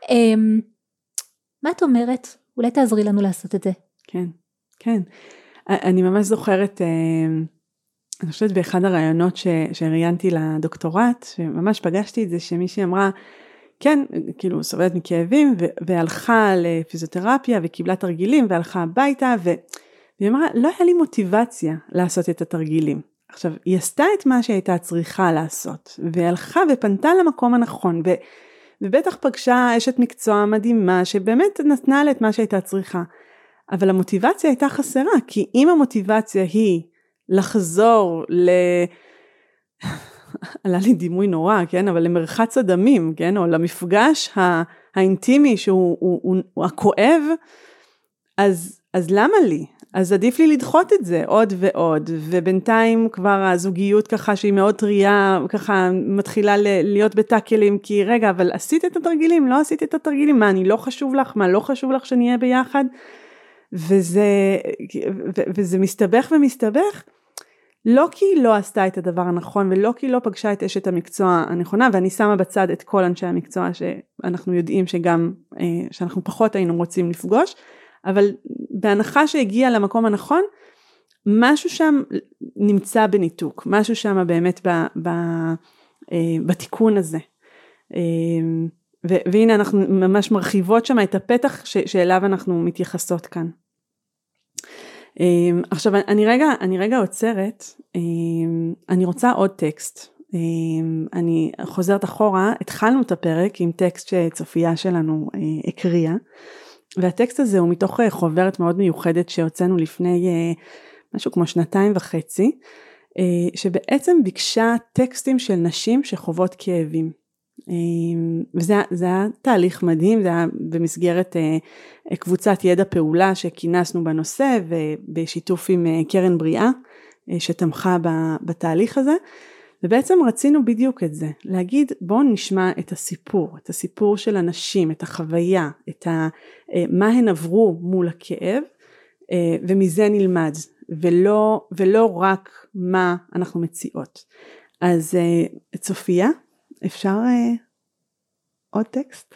מה את אומרת? אולי תעזרי לנו לעשות את זה. כן, כן. אני ממש זוכרת, אני חושבת באחד הרעיונות שראיינתי לדוקטורט, שממש פגשתי את זה, שמישהי אמרה, כן, כאילו סובלת מכאבים, והלכה לפיזיותרפיה, וקיבלה תרגילים, והלכה הביתה, והיא אמרה, לא היה לי מוטיבציה לעשות את התרגילים. עכשיו, היא עשתה את מה שהייתה צריכה לעשות, והלכה ופנתה למקום הנכון, ובטח פגשה אשת מקצוע מדהימה, שבאמת נתנה לה את מה שהייתה צריכה. אבל המוטיבציה הייתה חסרה, כי אם המוטיבציה היא לחזור ל... עלה לי דימוי נורא, כן? אבל למרחץ הדמים, כן? או למפגש האינטימי שהוא הוא, הוא, הוא הכואב, אז, אז למה לי? אז עדיף לי לדחות את זה עוד ועוד, ובינתיים כבר הזוגיות ככה שהיא מאוד טריה, ככה מתחילה להיות בטאקלים, כי רגע, אבל עשית את התרגילים, לא עשית את התרגילים, מה, אני לא חשוב לך, מה, לא חשוב לך שנהיה ביחד? וזה, וזה מסתבך ומסתבך, לא כי היא לא עשתה את הדבר הנכון, ולא כי היא לא פגשה את אשת המקצוע הנכונה, ואני שמה בצד את כל אנשי המקצוע שאנחנו יודעים שגם, שאנחנו פחות היינו רוצים לפגוש, אבל בהנחה שהגיע למקום הנכון, משהו שם נמצא בניתוק, משהו שם באמת ב, ב, בתיקון הזה. והנה אנחנו ממש מרחיבות שם את הפתח שאליו אנחנו מתייחסות כאן. עכשיו אני רגע, אני רגע עוצרת, אני רוצה עוד טקסט, אני חוזרת אחורה, התחלנו את הפרק עם טקסט שצופיה שלנו הקריאה, והטקסט הזה הוא מתוך חוברת מאוד מיוחדת שהוצאנו לפני משהו כמו שנתיים וחצי, שבעצם ביקשה טקסטים של נשים שחוות כאבים. וזה זה היה תהליך מדהים, זה היה במסגרת קבוצת ידע פעולה שכינסנו בנושא, ובשיתוף עם קרן בריאה שתמכה בתהליך הזה, ובעצם רצינו בדיוק את זה, להגיד בואו נשמע את הסיפור, את הסיפור של אנשים, את החוויה, את ה, מה הן עברו מול הכאב, ומזה נלמד, ולא, ולא רק מה אנחנו מציעות. אז צופיה, אפשר עוד טקסט?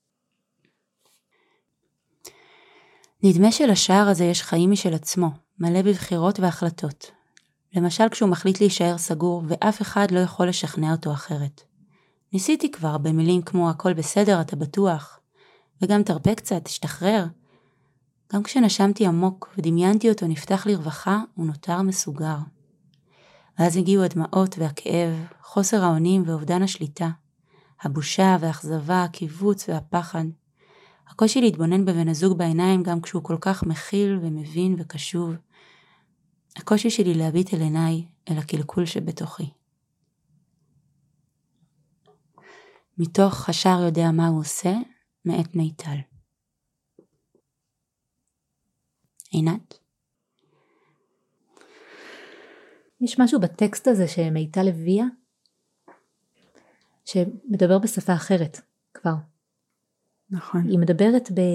נדמה שלשער הזה יש חיים משל עצמו, מלא בבחירות והחלטות. למשל כשהוא מחליט להישאר סגור ואף אחד לא יכול לשכנע אותו אחרת. ניסיתי כבר במילים כמו הכל בסדר, אתה בטוח, וגם תרפה קצת, תשתחרר. גם כשנשמתי עמוק ודמיינתי אותו נפתח לרווחה, הוא נותר מסוגר. ואז הגיעו הדמעות והכאב, חוסר האונים ואובדן השליטה, הבושה והאכזבה, הקיבוץ והפחד. הקושי להתבונן בבן הזוג בעיניים גם כשהוא כל כך מכיל ומבין וקשוב. הקושי שלי להביט אל עיניי, אל הקלקול שבתוכי. מתוך השער יודע מה הוא עושה, מאת מיטל. עינת? יש משהו בטקסט הזה שמיטל הביאה, שמדבר בשפה אחרת כבר. נכון. היא מדברת ב...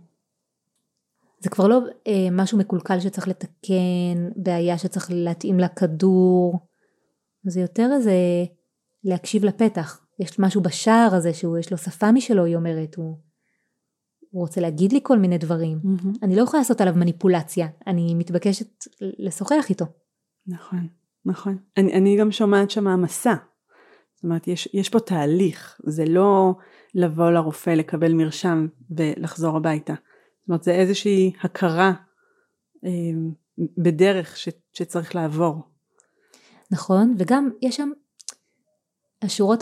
זה כבר לא אה, משהו מקולקל שצריך לתקן, בעיה שצריך להתאים לכדור, זה יותר איזה להקשיב לפתח. יש משהו בשער הזה שהוא יש לו שפה משלו, היא אומרת, הוא, הוא רוצה להגיד לי כל מיני דברים. Mm-hmm. אני לא יכולה לעשות עליו מניפולציה, אני מתבקשת לשוחח איתו. נכון, נכון. אני, אני גם שומעת שמה מסע. זאת אומרת, יש, יש פה תהליך, זה לא לבוא לרופא, לקבל מרשם ולחזור הביתה. זאת אומרת, זה איזושהי הכרה אה, בדרך ש, שצריך לעבור. נכון, וגם יש שם השורות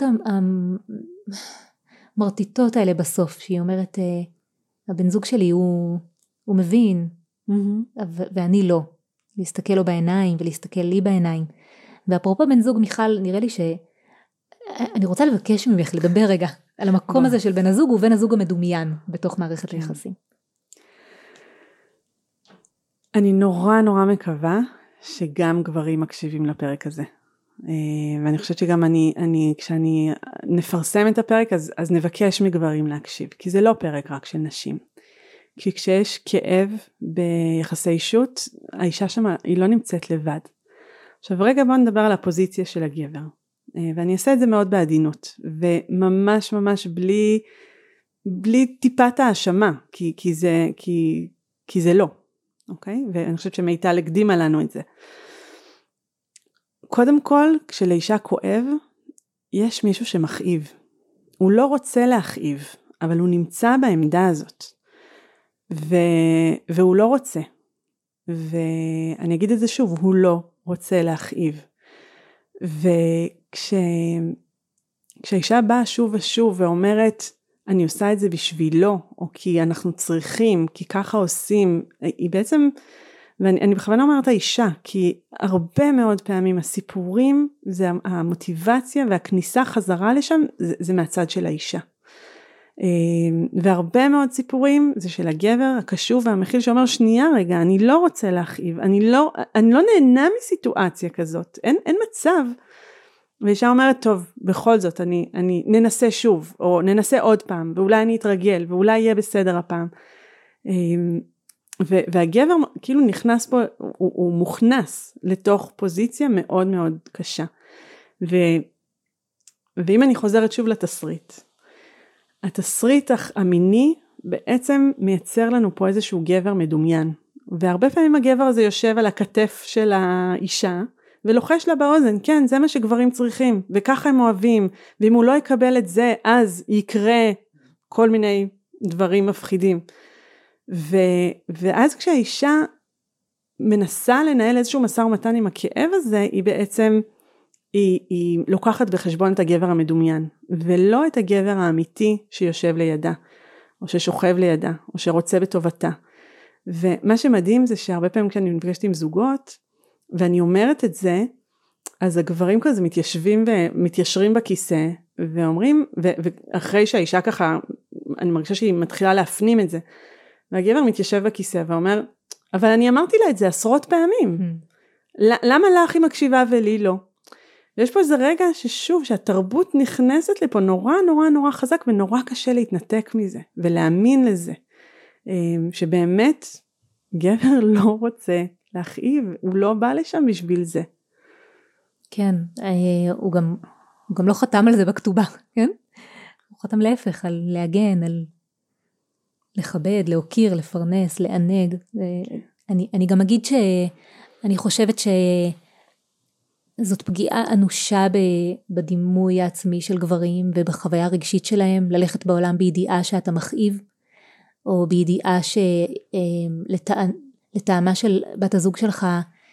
המרטיטות האלה בסוף, שהיא אומרת, הבן זוג שלי הוא, הוא מבין, mm-hmm. ואני לא. להסתכל לו בעיניים ולהסתכל לי בעיניים. ואפרופו בן זוג, מיכל, נראה לי ש... אני רוצה לבקש ממך לדבר רגע על המקום הזה של בן הזוג ובן הזוג המדומיין בתוך מערכת היחסים. אני נורא נורא מקווה שגם גברים מקשיבים לפרק הזה. ואני חושבת שגם אני, אני, כשאני נפרסם את הפרק, אז, אז נבקש מגברים להקשיב, כי זה לא פרק רק של נשים. כי כשיש כאב ביחסי אישות, האישה שם היא לא נמצאת לבד. עכשיו רגע בוא נדבר על הפוזיציה של הגבר. ואני אעשה את זה מאוד בעדינות, וממש ממש בלי, בלי טיפת האשמה, כי, כי זה, כי, כי זה לא. אוקיי? ואני חושבת שמיטל הקדימה לנו את זה. קודם כל, כשלאישה כואב, יש מישהו שמכאיב. הוא לא רוצה להכאיב, אבל הוא נמצא בעמדה הזאת. ו... והוא לא רוצה. ואני אגיד את זה שוב, הוא לא רוצה להכאיב. וכשהאישה באה שוב ושוב ואומרת, אני עושה את זה בשבילו, או כי אנחנו צריכים, כי ככה עושים, היא בעצם, ואני אני בכוונה אומרת האישה, כי הרבה מאוד פעמים הסיפורים, זה המוטיבציה והכניסה חזרה לשם, זה, זה מהצד של האישה. והרבה מאוד סיפורים, זה של הגבר הקשוב והמכיל, שאומר, שנייה רגע, אני לא רוצה להכאיב, אני לא, אני לא נהנה מסיטואציה כזאת, אין, אין מצב, ואישה אומרת, טוב, בכל זאת, אני, אני ננסה שוב, או ננסה עוד פעם, ואולי אני אתרגל, ואולי יהיה בסדר הפעם. והגבר כאילו נכנס פה, הוא, הוא מוכנס לתוך פוזיציה מאוד מאוד קשה. ו, ואם אני חוזרת שוב לתסריט, התסריט המיני בעצם מייצר לנו פה איזשהו גבר מדומיין. והרבה פעמים הגבר הזה יושב על הכתף של האישה, ולוחש לה באוזן, כן, זה מה שגברים צריכים, וככה הם אוהבים, ואם הוא לא יקבל את זה, אז יקרה כל מיני דברים מפחידים. ו, ואז כשהאישה מנסה לנהל איזשהו משא ומתן עם הכאב הזה, היא בעצם, היא, היא לוקחת בחשבון את הגבר המדומיין, ולא את הגבר האמיתי שיושב לידה, או ששוכב לידה, או שרוצה בטובתה. ומה שמדהים זה שהרבה פעמים כשאני נפגשת עם זוגות, ואני אומרת את זה, אז הגברים כזה מתיישבים ומתיישרים בכיסא, ואומרים, ואחרי שהאישה ככה, אני מרגישה שהיא מתחילה להפנים את זה, והגבר מתיישב בכיסא ואומר, אבל אני אמרתי לה את זה עשרות פעמים, למה לך היא מקשיבה ולי לא? ויש פה איזה רגע ששוב, שהתרבות נכנסת לפה נורא נורא נורא חזק, ונורא קשה להתנתק מזה, ולהאמין לזה, שבאמת גבר לא רוצה להכאיב, הוא לא בא לשם בשביל זה. כן, הוא גם, הוא גם לא חתם על זה בכתובה, כן? הוא חתם להפך, על להגן, על לכבד, להוקיר, לפרנס, לענג. אני, אני גם אגיד שאני חושבת שזאת פגיעה אנושה בדימוי העצמי של גברים, ובחוויה הרגשית שלהם, ללכת בעולם בידיעה שאתה מכאיב, או בידיעה שלטעמה של בת הזוג שלך,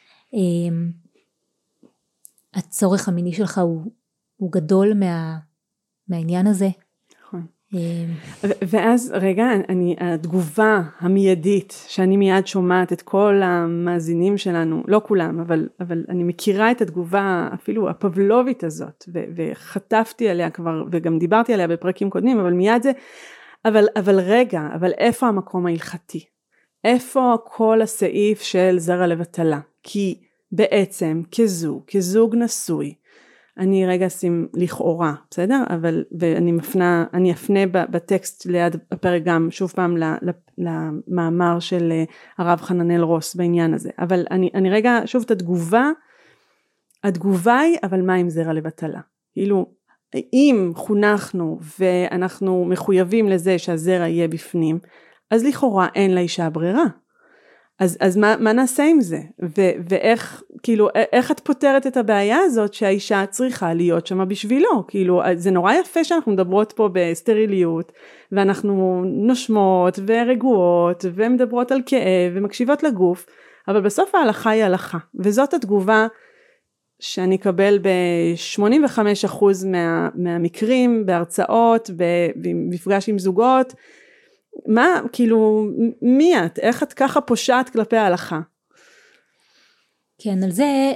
הצורך המיני שלך הוא, הוא גדול מה, מהעניין הזה. נכון. ואז רגע, אני, התגובה המיידית, שאני מיד שומעת את כל המאזינים שלנו, לא כולם, אבל, אבל אני מכירה את התגובה אפילו הפבלובית הזאת, ו, וחטפתי עליה כבר, וגם דיברתי עליה בפרקים קודמים, אבל מיד זה, אבל, אבל רגע, אבל איפה המקום ההלכתי? איפה כל הסעיף של זרע לבטלה? כי בעצם כזוג, כזוג נשוי, אני רגע אשים לכאורה, בסדר? אבל, ואני מפנה, אני אפנה בטקסט ליד הפרק גם, שוב פעם, למאמר של הרב חננאל רוס בעניין הזה. אבל אני, אני רגע, שוב את התגובה, התגובה היא, אבל מה עם זרע לבטלה? כאילו, אם חונכנו ואנחנו מחויבים לזה שהזרע יהיה בפנים, אז לכאורה אין לאישה ברירה. אז, אז מה, מה נעשה עם זה? ו, ואיך, כאילו, איך את פותרת את הבעיה הזאת שהאישה צריכה להיות שמה בשבילו? כאילו, זה נורא יפה שאנחנו מדברות פה בסטריליות, ואנחנו נושמות ורגועות, ומדברות על כאב, ומקשיבות לגוף, אבל בסוף ההלכה היא הלכה, וזאת התגובה שאני אקבל ב-שמונים וחמישה אחוז מה, מהמקרים, בהרצאות, במפגש עם זוגות, מה, כאילו, מי את? איך את ככה פושעת כלפי ההלכה? כן, על זה...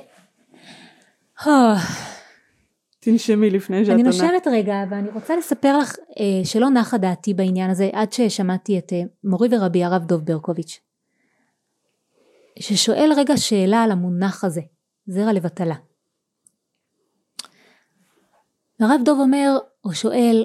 תנשמי לפני שאת אני עונה. נושמת רגע, ואני רוצה לספר לך אה, שלא נחה דעתי בעניין הזה, עד ששמעתי את אה, מורי ורבי הרב דוב ברקוביץ', ששואל רגע שאלה על המונח הזה, זרע לבטלה. הרב דוב אומר, או שואל,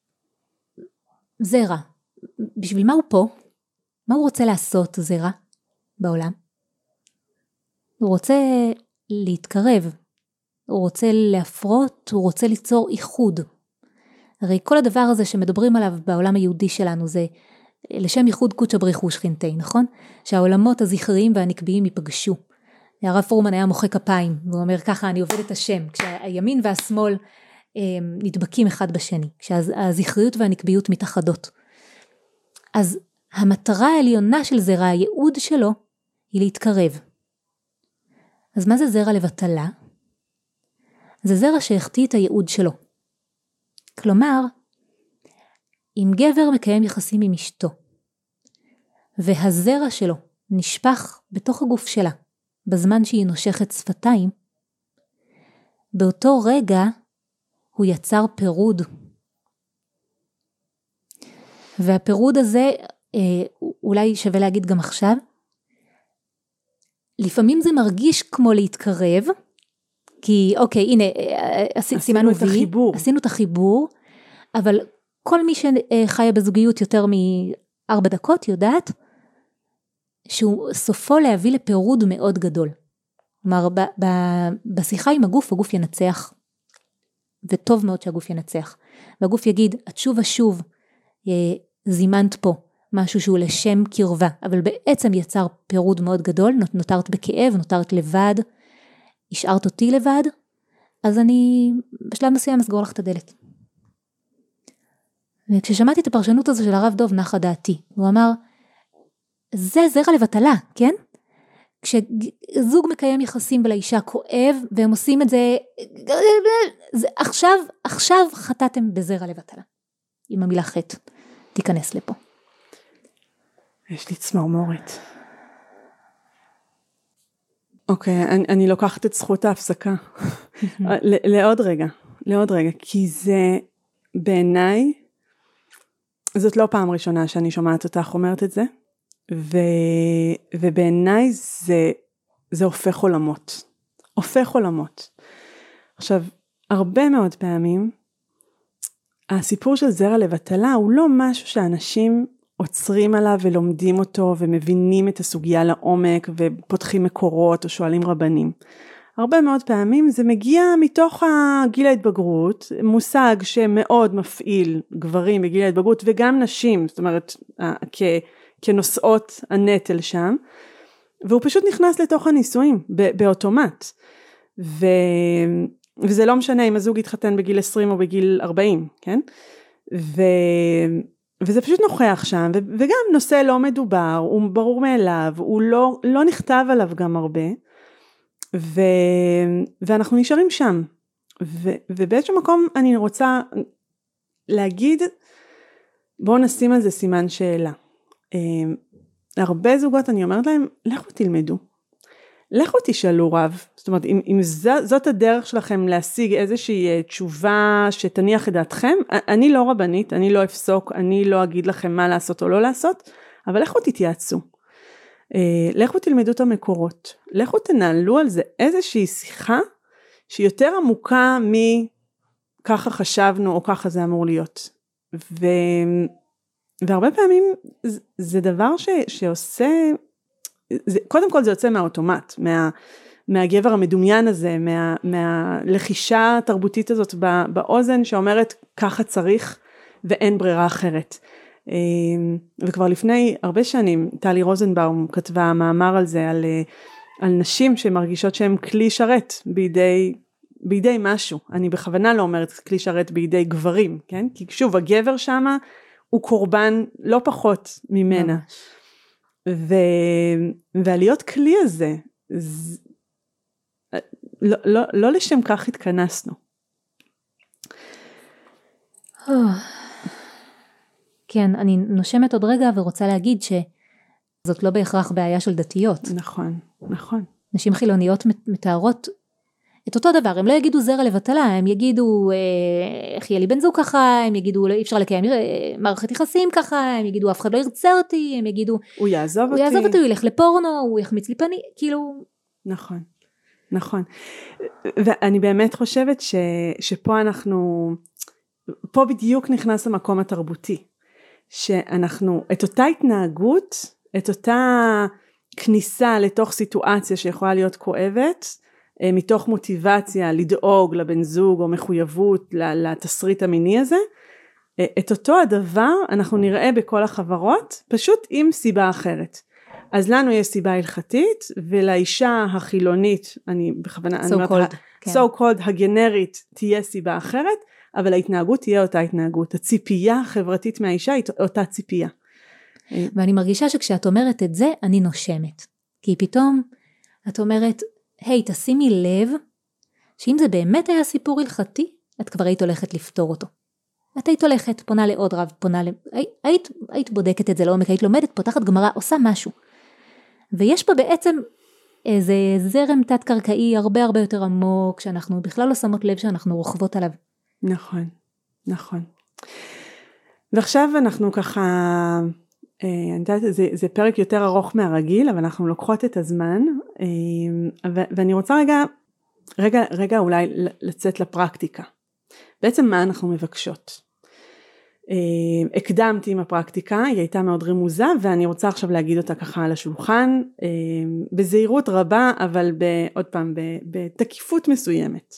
זרע, בשביל מה הוא פה? מה הוא רוצה לעשות זרע בעולם? הוא רוצה להתקרב, הוא רוצה להפרות, הוא רוצה ליצור איחוד. הרי כל הדבר הזה שמדברים עליו בעולם היהודי שלנו זה לשם איחוד קודשא בריחו שכינתי, נכון? שהעולמות הזכריים והנקביים ייפגשו. הרב פרומן היה מוחא כפיים, והוא אומר ככה אני עובד את השם, כשהימין והשמאל הם, נדבקים אחד בשני, כשהזכריות והנקביות מתאחדות. אז המטרה העליונה של זרע, הייעוד שלו, היא להתקרב. אז מה זה זרע לבטלה? זה זרע שהחטיא את הייעוד שלו. כלומר, אם גבר מקיים יחסים עם אשתו, והזרע שלו נשפך בתוך הגוף שלה, בזמן שהיא נושכת שפתיים, באותו רגע הוא יצר פירוד. והפירוד הזה, אולי שווה להגיד גם עכשיו, לפעמים זה מרגיש כמו להתקרב, כי אוקיי, הנה, סימנו את החיבור. עשינו את החיבור, אבל כל מי שחיה בזוגיות יותר מארבע דקות יודעת, שהוא סופו להביא לפירוד מאוד גדול. כלומר, ב- ב- בשיחה עם הגוף, הגוף ינצח, וטוב מאוד שהגוף ינצח. והגוף יגיד, את שוב ושוב זימנת פה משהו שהוא לשם קרבה, אבל בעצם יצר פירוד מאוד גדול, נותרת בכאב, נותרת לבד, השארת אותי לבד, אז אני בשלב מסוים אסגור לך את הדלת. וכששמעתי את הפרשנות הזו של הרב דוב נחה דעתי, הוא אמר, זה זרע לבטלה, כן? כשזוג מקיים יחסים ולאישה כואב, והם עושים את זה, זה עכשיו, עכשיו חטאתם בזרע לבטלה. עם המילה חטא, תיכנס לפה. יש לי צמרמורת. אוקיי, אני, אני לוקחת את זכות ההפסקה. לעוד רגע, לעוד רגע, כי זה בעיניי, זאת לא פעם ראשונה שאני שומעת אותך אומרת את זה, ו, ובעיניי זה, זה הופך עולמות. הופך עולמות. עכשיו, הרבה מאוד פעמים, הסיפור של זרע לבטלה הוא לא משהו שאנשים עוצרים עליו ולומדים אותו ומבינים את הסוגיה לעומק ופותחים מקורות או שואלים רבנים. הרבה מאוד פעמים זה מגיע מתוך גיל ההתבגרות, מושג שמאוד מפעיל גברים בגיל ההתבגרות וגם נשים, זאת אומרת כ, כנושאות הנטל שם, והוא פשוט נכנס לתוך הנישואים באוטומט. ו... וזה לא משנה אם הזוג יתחתן בגיל עשרים או בגיל ארבעים, כן? ו... וזה פשוט נוכח שם, ו- וגם נושא לא מדובר, הוא ברור מאליו, הוא לא, לא נכתב עליו גם הרבה, ו, ואנחנו נשארים שם, ו, ובאיזשהו מקום אני רוצה להגיד, בואו נשים על זה סימן שאלה. הרבה זוגות אני אומרת להם, לכו תלמדו, לכו תשאלו רב, זאת אומרת, אם, אם זאת הדרך שלכם להשיג איזושהי תשובה שתניח את דעתכם, אני לא רבנית, אני לא אפסוק, אני לא אגיד לכם מה לעשות או לא לעשות, אבל לכו תתייעצו, לכו תלמדו את המקורות, לכו תנהלו על זה איזושהי שיחה, שהיא יותר עמוקה מככה חשבנו או ככה זה אמור להיות. ו... והרבה פעמים זה דבר ש... שעושה, זה... קודם כל זה יוצא מהאוטומט, מה... מהגבר המדומיין הזה, מה... מהלחישה התרבותית הזאת בא... באוזן שאומרת ככה צריך ואין ברירה אחרת. וכבר לפני הרבה שנים טלי רוזנבאום כתבה מאמר על זה, על... על נשים שמרגישות שהן כלי שרת בידי, בידי משהו. אני בכוונה לא אומרת כלי שרת בידי גברים, כן? כי שוב, הגבר שמה הוא קורבן לא פחות ממנה. ו, והלהיות כלי הזה, ז, לא, לא, לא לשם כך התכנסנו. כן, אני נושמת עוד רגע ורוצה להגיד ש... זאת לא בהכרח בעיה של דתיות. נכון, נכון. נשים חילוניות מתארות את אותו דבר, הם לא יגידו זרע לבטלה, הם יגידו איך יהיה לי בן זוג ככה, הם יגידו אי אפשר לקיים מערכת יחסים ככה, הם יגידו אף אחד לא ירצה אותי, הם יגידו הוא יעזוב אותי, הוא יעזוב אותי, הוא ילך לפורנו, הוא יחמיץ לי פני, כאילו. נכון, נכון. ואני באמת חושבת ש, שפה אנחנו, פה בדיוק נכנס המקום התרבותי, שאנחנו, את אותה התנהגות, את אותה כניסה לתוך סיטואציה שיכולה להיות כואבת, מתוך מוטיבציה לדאוג לבן זוג או מחויבות לתסריט המיני הזה, את אותו הדבר אנחנו נראה בכל החברות, פשוט עם סיבה אחרת. אז לנו יש סיבה הלכתית, ולאישה החילונית, אני בכוונה, so called, כן. so called הגנרית תהיה סיבה אחרת, אבל ההתנהגות תהיה אותה התנהגות. הציפייה החברתית מהאישה היא אותה ציפייה. ואני מרגישה שכשאת אומרת את זה, אני נושמת. כי פתאום את אומרת, היי, תשימי לב, שאם זה באמת היה סיפור הלכתי, את כבר היית הולכת לפתור אותו. את היית הולכת, פונה לעוד רב, פונה ל... היית, היית בודקת את זה לעומק, היית לומדת, פותחת גמרא, עושה משהו. ויש פה בעצם איזה זרם תת-קרקעי הרבה הרבה יותר עמוק, שאנחנו בכלל לא שמות לב שאנחנו רוכבות עליו. נכון, נכון. ועכשיו אנחנו ככה, אני יודעת, זה, זה פרק יותר ארוך מהרגיל, אבל אנחנו לוקחות את הזמן, ו, ואני רוצה רגע, רגע, רגע אולי לצאת לפרקטיקה. בעצם מה אנחנו מבקשות? הקדמתי עם הפרקטיקה, היא הייתה מאוד רמוזה, ואני רוצה עכשיו להגיד אותה ככה על השולחן, בזהירות רבה, אבל עוד פעם, בתקיפות מסוימת.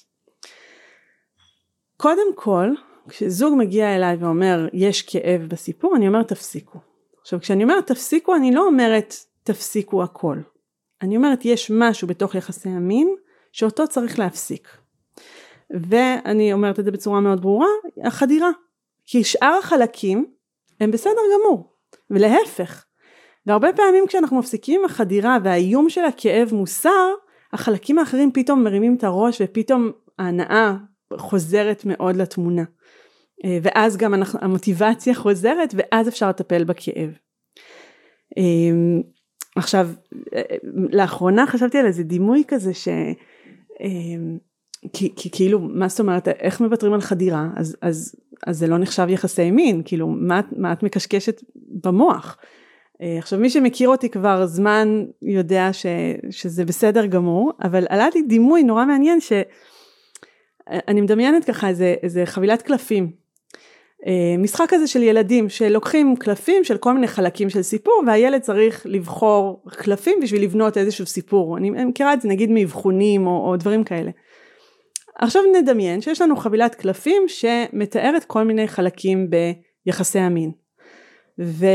קודם כל, כשזוג מגיע אליי ואומר, יש כאב בסיפור, אני אומרת, תפסיקו. עכשיו, כשאני אומרת, תפסיקו, אני לא אומרת, תפסיקו הכל. אני אומרת, יש משהו בתוך יחסי המין, שאותו צריך להפסיק. ואני אומרת את זה בצורה מאוד ברורה, החדירה. כי שאר החלקים הם בסדר גמור, ולהפך. והרבה פעמים כשאנחנו מפסיקים עם החדירה והאיום של הכאב מוסר, החלקים האחרים פתאום מרימים את הראש ופתאום ההנאה חוזרת מאוד לתמונה. ואז גם אנחנו, המוטיבציה חוזרת ואז אפשר לטפל בכאב. עכשיו, לאחרונה חשבתי על איזה דימוי כזה ש... כי, כי כאילו, מה זאת אומרת, איך מבטרים על חדירה? אז, אז, אז זה לא נחשב יחסי מין, כאילו, מה, מה את מקשקשת במוח? עכשיו, מי שמכיר אותי כבר זמן יודע ש, שזה בסדר גמור, אבל עלה לי דימוי נורא מעניין שאני מדמיינת ככה איזה, איזה חבילת קלפים. משחק כזה של ילדים שלוקחים קלפים של כל מיני חלקים של סיפור, והילד צריך לבחור קלפים בשביל לבנות איזשהו סיפור. אני מכירה את זה נגיד מאבחונים או, או דברים כאלה. עכשיו נדמיין שיש לנו חבילת קלפים שמתארת כל מיני חלקים ביחסי המין. ו...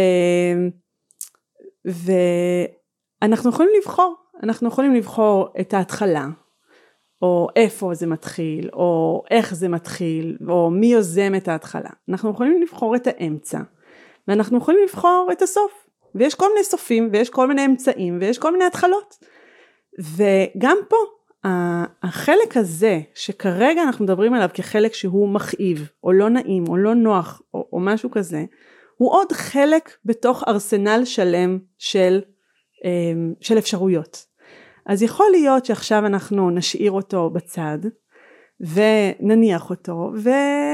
ואנחנו יכולים לבחור, אנחנו יכולים לבחור את ההתחלה, או איפה זה מתחיל, או איך זה מתחיל, או מי יוזם את ההתחלה. אנחנו יכולים לבחור את האמצע, ואנחנו יכולים לבחור את הסוף, ויש כל מיני סופים, ויש כל מיני אמצעים, ויש כל מיני התחלות, וגם פה, החלק הזה, שכרגע אנחנו מדברים עליו כחלק שהוא מכאיב, או לא נעים, או לא נוח, או, או משהו כזה, הוא עוד חלק בתוך ארסנל שלם של, של אפשרויות. אז יכול להיות שעכשיו אנחנו נשאיר אותו בצד, ונניח אותו, ו...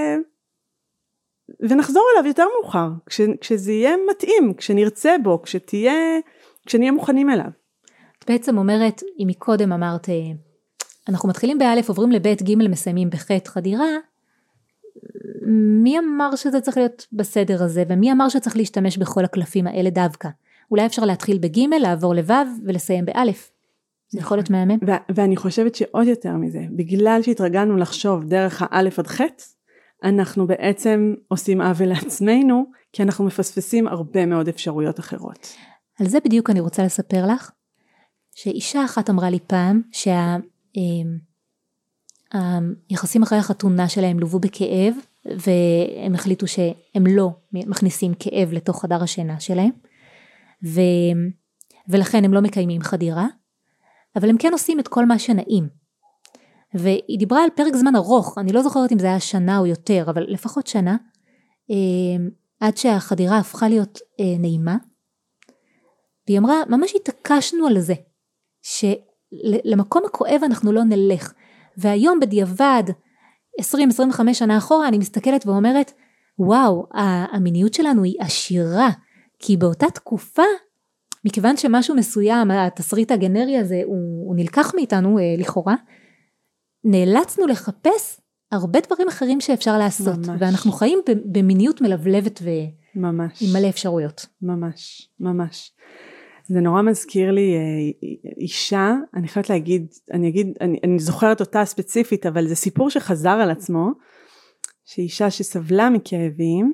ונחזור אליו יותר מאוחר, כש... כשזה יהיה מתאים, כשנרצה בו, כשתהיה... כשנהיה מוכנים אליו. את בעצם אומרת, אם מקודם אמרת, אנחנו מתחילים באלף, עוברים לבית ג' מסיימים בחטא חדירה, מי אמר שזה צריך להיות בסדר הזה, ומי אמר שצריך להשתמש בכל הקלפים האלה דווקא? אולי אפשר להתחיל בג', לעבור לב' ולסיים באלף. זה יכול להיות מהמם. ו- ואני חושבת שעוד יותר מזה, בגלל שהתרגלנו לחשוב דרך האלף עד חטא, אנחנו בעצם עושים עוול לעצמנו, כי אנחנו מפספסים הרבה מאוד אפשרויות אחרות. על זה בדיוק אני רוצה לספר לך, שאישה אחת אמרה לי פעם, שהיחסים אחרי החתונה שלהם לובו בכאב, והם החליטו שהם לא מכניסים כאב לתוך חדר השינה שלהם, ו... ולכן הם לא מקיימים חדירה, אבל הם כן עושים את כל מה שנעים. והיא דיברה על פרק זמן ארוך, אני לא זוכרת אם זה היה שנה או יותר, אבל לפחות שנה, עד שהחדירה הפכה להיות נעימה, והיא אמרה, ממש התעקשנו על זה, שלמקום הכואב אנחנו לא נלך, והיום בדיעבד, עשרים עשרים וחמש שנה אחורה, אני מסתכלת ואומרת, וואו, המיניות שלנו היא עשירה, כי באותה תקופה, מכיוון שמשהו מסוים, התסריט הגנרי הזה, הוא, הוא נלקח מאיתנו אה, לכאורה, נאלצנו לחפש הרבה דברים אחרים שאפשר לעשות, ממש. ואנחנו חיים במיניות מלבלבת ועם מלא אפשרויות. ממש, ממש. זה נורא מזכיר לי אישה, אני חייבת להגיד, אני אגיד, אני, אני זוכרת אותה ספציפית, אבל זה סיפור שחזר על עצמו, שאישה שסבלה מכאבים,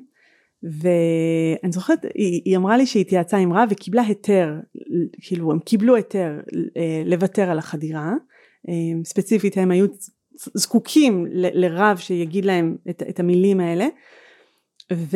ואני זוכרת, היא, היא אמרה לי שהיא התייעצה עם רב וקיבלה היתר, כאילו הם קיבלו היתר לוותר על החדירה, ספציפית הם היו זקוקים ל, לרב שיגיד להם את, את המילים האלה, ו,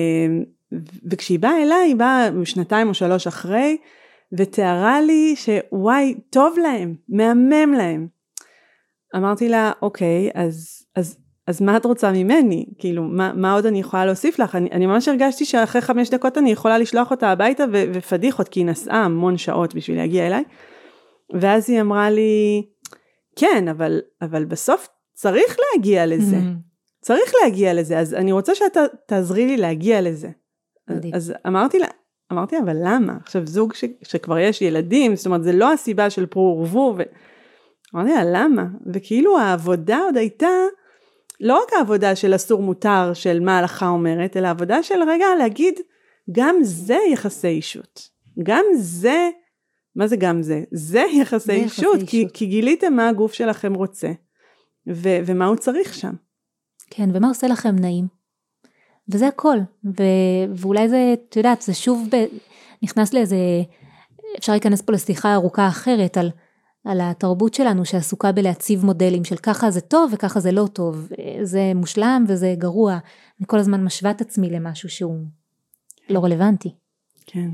וכשהיא באה אליי, היא באה שנתיים או שלוש אחרי, ותיארה לי שוואי, טוב להם, מהמם להם. אמרתי לה, אוקיי, אז, אז, אז מה את רוצה ממני? כאילו, מה, מה עוד אני יכולה להוסיף לך? אני, אני ממש הרגשתי שאחרי חמש דקות אני יכולה לשלוח אותה הביתה ו, ופדיחות, כי היא נסעה המון שעות בשביל להגיע אליי. ואז היא אמרה לי, כן, אבל, אבל בסוף צריך להגיע לזה. Mm-hmm. צריך להגיע לזה, אז אני רוצה שאתה תעזרי לי להגיע לזה. אז, אז אמרתי לה, אמרתי, אבל למה? עכשיו זוג ש, שכבר יש ילדים, זאת אומרת, זה לא הסיבה של פרו ורבו, ו... אמרתי לה, למה? וכאילו העבודה עוד הייתה, לא רק העבודה של אסור מותר, של מה ההלכה אומרת, אלא העבודה של רגע להגיד, גם זה יחסי אישות. גם זה, מה זה גם זה? זה יחסי אישות, כי, כי גיליתם מה הגוף שלכם רוצה, ו, ומה הוא צריך שם. כן, ומה עושה לכם נעים? וזה הכל, ו- ואולי זה, את יודעת, זה שוב ב- נכנס לאיזה, אפשר להיכנס פה לשיחה ארוכה אחרת, על, על התרבות שלנו שעסוקה בלהציב מודלים של ככה זה טוב וככה זה לא טוב, זה מושלם וזה גרוע, אני כל הזמן משווה את עצמי למשהו שהוא לא רלוונטי. כן.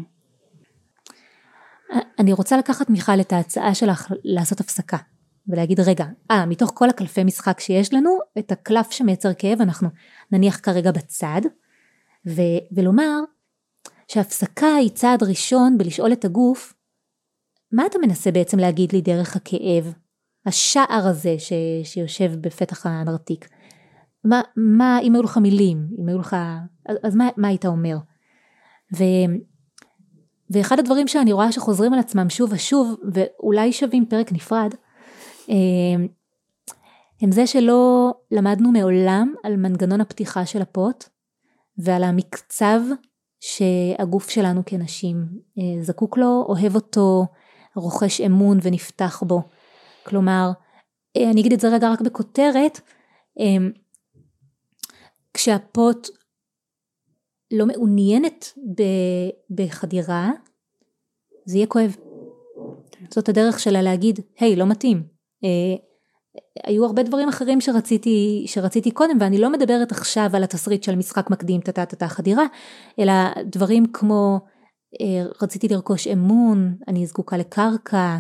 אני רוצה לקחת מיכל את ההצעה שלך לעשות הפסקה, ולהגיד רגע, אה, מתוך כל הקלפי משחק שיש לנו, את הקלף שמייצר כאב אנחנו נניח כרגע בצד, ו- ולומר שהפסקה היא צעד ראשון בלשאול את הגוף, מה אתה מנסה בעצם להגיד לי דרך הכאב, השער הזה ש- שיושב בפתח הנרתיק, מה, מה, אם היו לך מילים, אם היו לך, אז, אז מה, מה היית אומר? ו- ואחד הדברים שאני רואה שחוזרים על עצמם שוב ושוב, ואולי שווים פרק נפרד, הם זה שלא למדנו מעולם על מנגנון הפתיחה של הפוט, ועל המקצב שהגוף שלנו כנשים זקוק לו, אוהב אותו, רוכש אמון ונפתח בו. כלומר, אני אגיד את זה רגע רק בכותרת, כשהפוט לא מעוניינת בחדירה, זה יהיה כואב. זאת הדרך שלה להגיד, היי, לא מתאים. היו הרבה דברים אחרים שרציתי, שרציתי קודם, ואני לא מדברת עכשיו על התסריט של משחק מקדים, תתה תתה חדירה, אלא דברים כמו, רציתי לרכוש אמון, אני זקוקה לקרקע,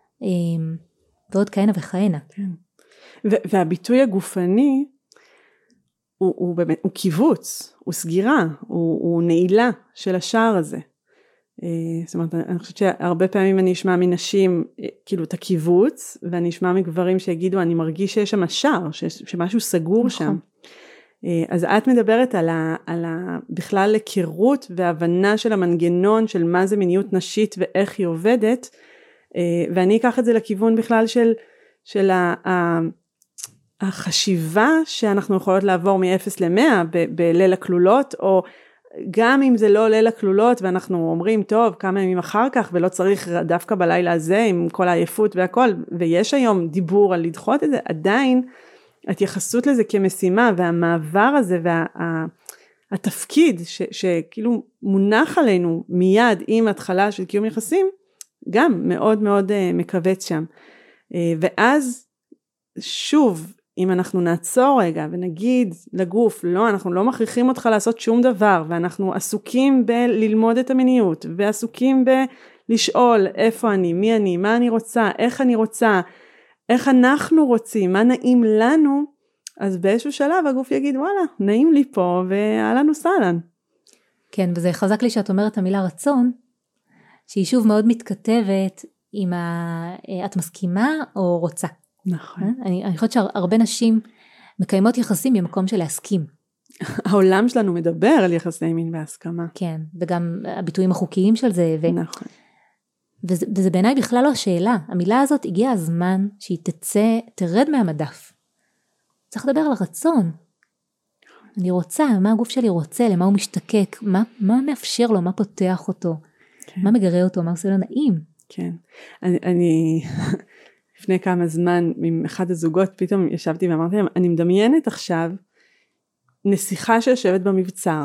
ועוד כהנה וכהנה. כן. והביטוי הגופני, הוא, הוא באמת, הוא קיבוץ, הוא סגירה, הוא, הוא נעילה של השער הזה. זאת אומרת, אני חושבת שהרבה פעמים אני אשמע מנשים, כאילו, את הקיבוץ, ואני אשמע מגברים שיגידו, אני מרגיש שיש שם שער, שמשהו סגור נכון. שם. אז את מדברת על ה, על ה, בכלל היכרות והבנה של המנגנון, של מה זה מיניות נשית ואיך היא עובדת, ואני אקח את זה לכיוון בכלל של, של ה, ה, החשיבה שאנחנו יכולות לעבור מ-אפס ל-מאה בליל הכלולות, או גם אם זה לא ליל הכלולות, ואנחנו אומרים, טוב, כמה ימים אחר כך, ולא צריך דווקא בלילה הזה, עם כל העייפות והכל, ויש היום דיבור על לדחות את זה, עדיין, התייחסות לזה כמשימה, והמעבר הזה, והתפקיד, שכאילו מונח עלינו מיד עם התחלה של קיום יחסים, גם מאוד מאוד מקווץ שם. ואז, שוב, אם אנחנו נעצור רגע ונגיד לגוף, לא, אנחנו לא מכריחים אותך לעשות שום דבר, ואנחנו עסוקים בללמוד את המיניות, ועסוקים בלשאול איפה אני, מי אני, מה אני רוצה, איך אני רוצה, איך אנחנו רוצים, מה נעים לנו, אז באיזשהו שלב הגוף יגיד, וואלה, נעים לי פה, ואהלן וסהלן. כן, וזה חזק לי שאת אומרת המילה רצון, שהיא שוב מאוד מתכתבת עם ה... את מסכימה או רוצה. נכון. אני, אני חושבת שהרבה נשים מקיימות יחסים במקום של להסכים. העולם שלנו מדבר על יחסי מין בהסכמה. כן, וגם הביטויים החוקיים של זה. ו... נכון. וזה, וזה בעיניי בכלל לא השאלה. המילה הזאת הגיע הזמן שהיא תצא, תרד מהמדף. צריך לדבר על הרצון. אני רוצה, מה הגוף שלי רוצה, למה הוא משתקק, מה, מה מאפשר לו, מה פותח אותו, כן. מה מגרה אותו, מה עושה לו נעים. כן, אני... אני... לפני כמה זמן, עם אחד הזוגות, פתאום ישבתי ואמרתי להם, אני מדמיינת עכשיו נסיכה שיושבת במבצר,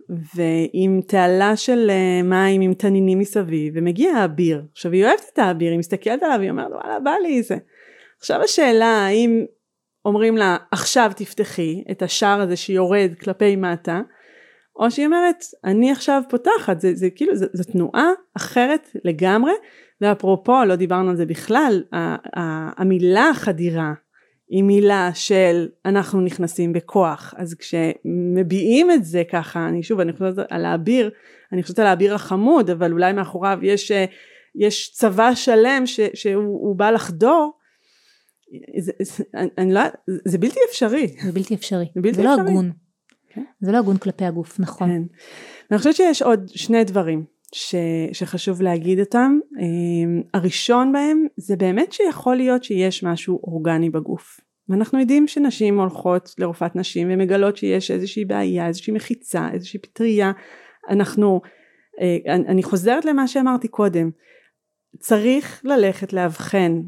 ועם תעלה של מים, עם תנינים מסביב, ומגיע האביר. עכשיו, היא אוהבת את האביר, היא מסתכלת עליו, היא אומרת, וואלה, בא לי זה. עכשיו השאלה, האם אומרים לה, עכשיו תפתחי את השער הזה שיורד כלפי מטה, או שהיא אומרת, אני עכשיו פותחת, זה, זה כאילו, זו תנועה אחרת לגמרי, ואפרופו, לא דיברנו על זה בכלל, המילה חדירה היא מילה של אנחנו נכנסים בכוח, אז כשמביעים את זה ככה, אני שוב, אני חושבת על האביר, אני חושבת על האביר החמוד, אבל אולי מאחוריו יש, יש צבא שלם ש, שהוא בא לחדור, זה, זה, אני לא, זה בלתי אפשרי. זה בלתי אפשרי, זה, בלתי זה אפשרי. לא הגון, כן? זה לא הגון כלפי הגוף, נכון. כן. ואני חושבת שיש עוד שני דברים, ש, שחשוב להגיד אותם. הראשון בהם זה באמת שיכול להיות שיש משהו אורגני בגוף, ואנחנו יודעים שנשים הולכות לרופאת נשים ומגלות שיש איזושהי בעיה, איזושהי מחיצה, איזושהי פטריה. אנחנו, אני חוזרת למה שאמרתי קודם, צריך ללכת להבחן,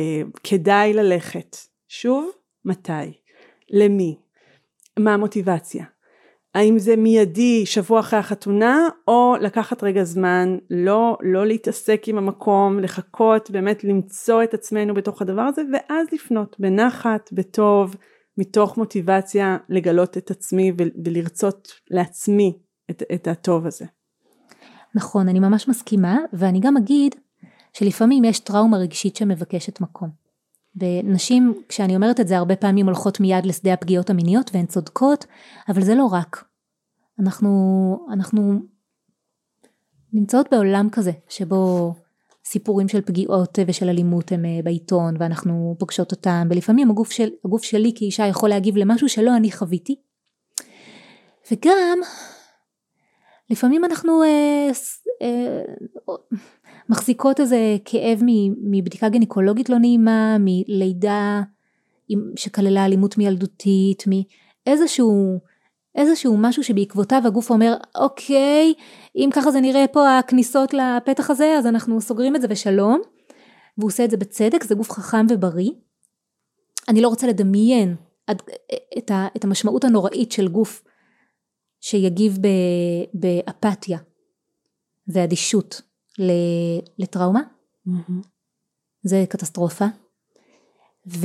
כדאי ללכת, שוב, מתי, למי, מה המוטיבציה, האם זה מיידי שבוע אחרי החתונה, או לקחת רגע זמן, לא, לא להתעסק עם המקום, לחכות, באמת למצוא את עצמנו בתוך הדבר הזה, ואז לפנות בנחת, בטוב, מתוך מוטיבציה לגלות את עצמי, ולרצות לעצמי את, את הטוב הזה. נכון, אני ממש מסכימה, ואני גם אגיד, שלפעמים יש טראומה רגשית שמבקשת מקום. ונשים, כשאני אומרת את זה, הרבה פעמים הולכות מיד לשדה הפגיעות המיניות, והן צודקות, אבל זה לא רק. אנחנו, אנחנו נמצאות בעולם כזה, שבו סיפורים של פגיעות ושל אלימות הם בעיתון, ואנחנו פוגשות אותם, ולפעמים הגוף, של, הגוף שלי כאישה יכול להגיב למשהו שלא אני חוויתי. וגם, לפעמים אנחנו אה, אה, מחזיקות איזה כאב מבדיקה גינקולוגית לא נעימה, מלידה שכללה אלימות מילדותית, מאיזשהו איזשהו משהו שבעקבותיו הגוף אומר, אוקיי, אם ככה זה נראה פה הכניסות לפתח הזה, אז אנחנו סוגרים את זה ושלום, והוא עושה את זה בצדק, זה גוף חכם ובריא. אני לא רוצה לדמיין את, ה, את המשמעות הנוראית של גוף שיגיב באפתיה ואדישות לטראומה. Mm-hmm. זה קטסטרופה. ו...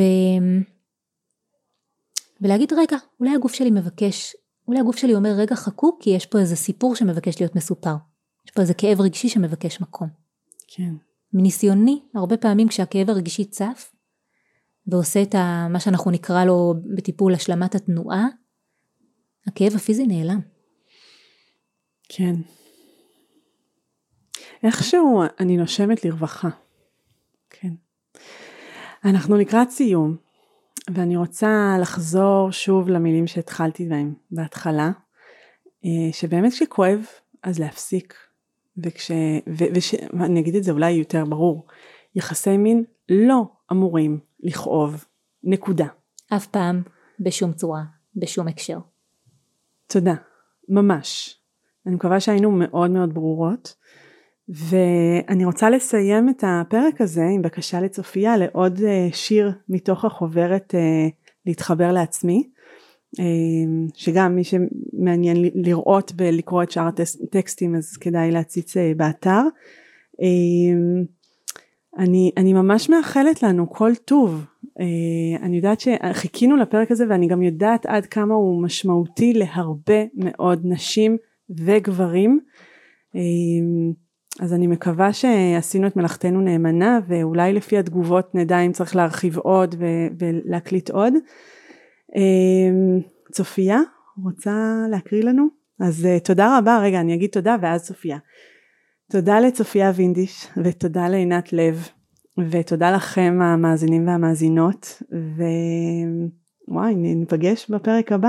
ולהגיד רגע, אולי הגוף שלי מבקש, אולי הגוף שלי אומר רגע חכו, כי יש פה איזה סיפור שמבקש להיות מסופר. יש פה איזה כאב רגשי שמבקש מקום. כן. מניסיוני, הרבה פעמים כשהכאב הרגשי צף, ועושה את ה, מה שאנחנו נקרא לו בטיפול השלמת התנועה, הכאב הפיזי נעלם. כן. איכשהו אני נושמת לרווחה. כן. אנחנו לקראת סיום, ואני רוצה לחזור שוב למילים שהתחלתי בהם בהתחלה, שבאמת כשכואב, אז להפסיק, וכש, ו, וש, ואני אגיד את זה אולי יותר ברור, יחסי מין לא אמורים לכאוב, נקודה. אף פעם, בשום צורה, בשום הקשר. תודה, ממש. אני מקווה שהיינו מאוד מאוד ברורות, ואני רוצה לסיים את הפרק הזה עם בקשה לצופיה לעוד שיר מתוך החוברת להתחבר לעצמי, שגם מי שמעניין לראות ולקרוא את שאר הטקסטים אז כדאי להציץ באתר. אני, אני ממש מאחלת לנו כל טוב. אני יודעת שחיכינו לפרק הזה ואני גם יודעת עד כמה הוא משמעותי להרבה מאוד נשים וגברים. אז אני מקווה שעשינו את מלאכתנו נאמנה, ואולי לפי התגובות נדע אם צריך להרחיב עוד ולהקליט עוד. צופיה, רוצה להקריא לנו? אז תודה רבה, רגע אני אגיד תודה ואז צופיה. תודה לצופיה וינדיש, ותודה לעינת לב, ותודה לכם המאזינים והמאזינות, ווואי, נפגש בפרק הבא.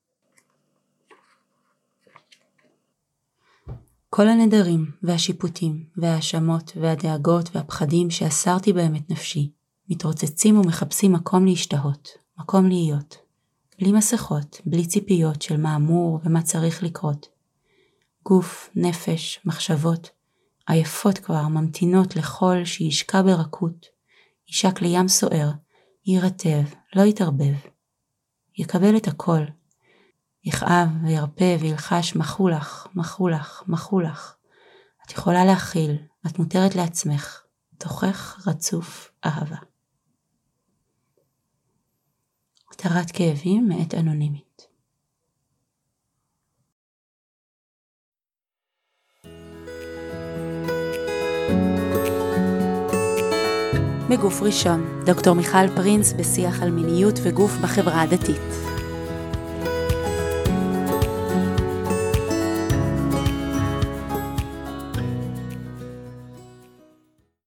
כל הנדרים והשיפוטים וההאשמות והדאגות והפחדים שאסרתי בהם את נפשי, מתרוצצים ומחפשים מקום להשתהות, מקום להיות, בלי מסכות, בלי ציפיות של מה אמור ומה צריך לקרות. גוף, נפש, מחשבות, עייפות כבר, ממתינות לחול שישקע ברכות, יישק לים סוער, יירטב, לא יתערבב. יקבל את הכל, יכאב וירפא וילחש מחו לך, מחו לך, מחו לך. את יכולה להכיל, את מותרת לעצמך, תוכך רצוף אהבה. התרת כאבים מאת אנונימית. בגוף ראשון, דוקטור מיכל פרינס בשיח על מיניות וגוף בחברה הדתית.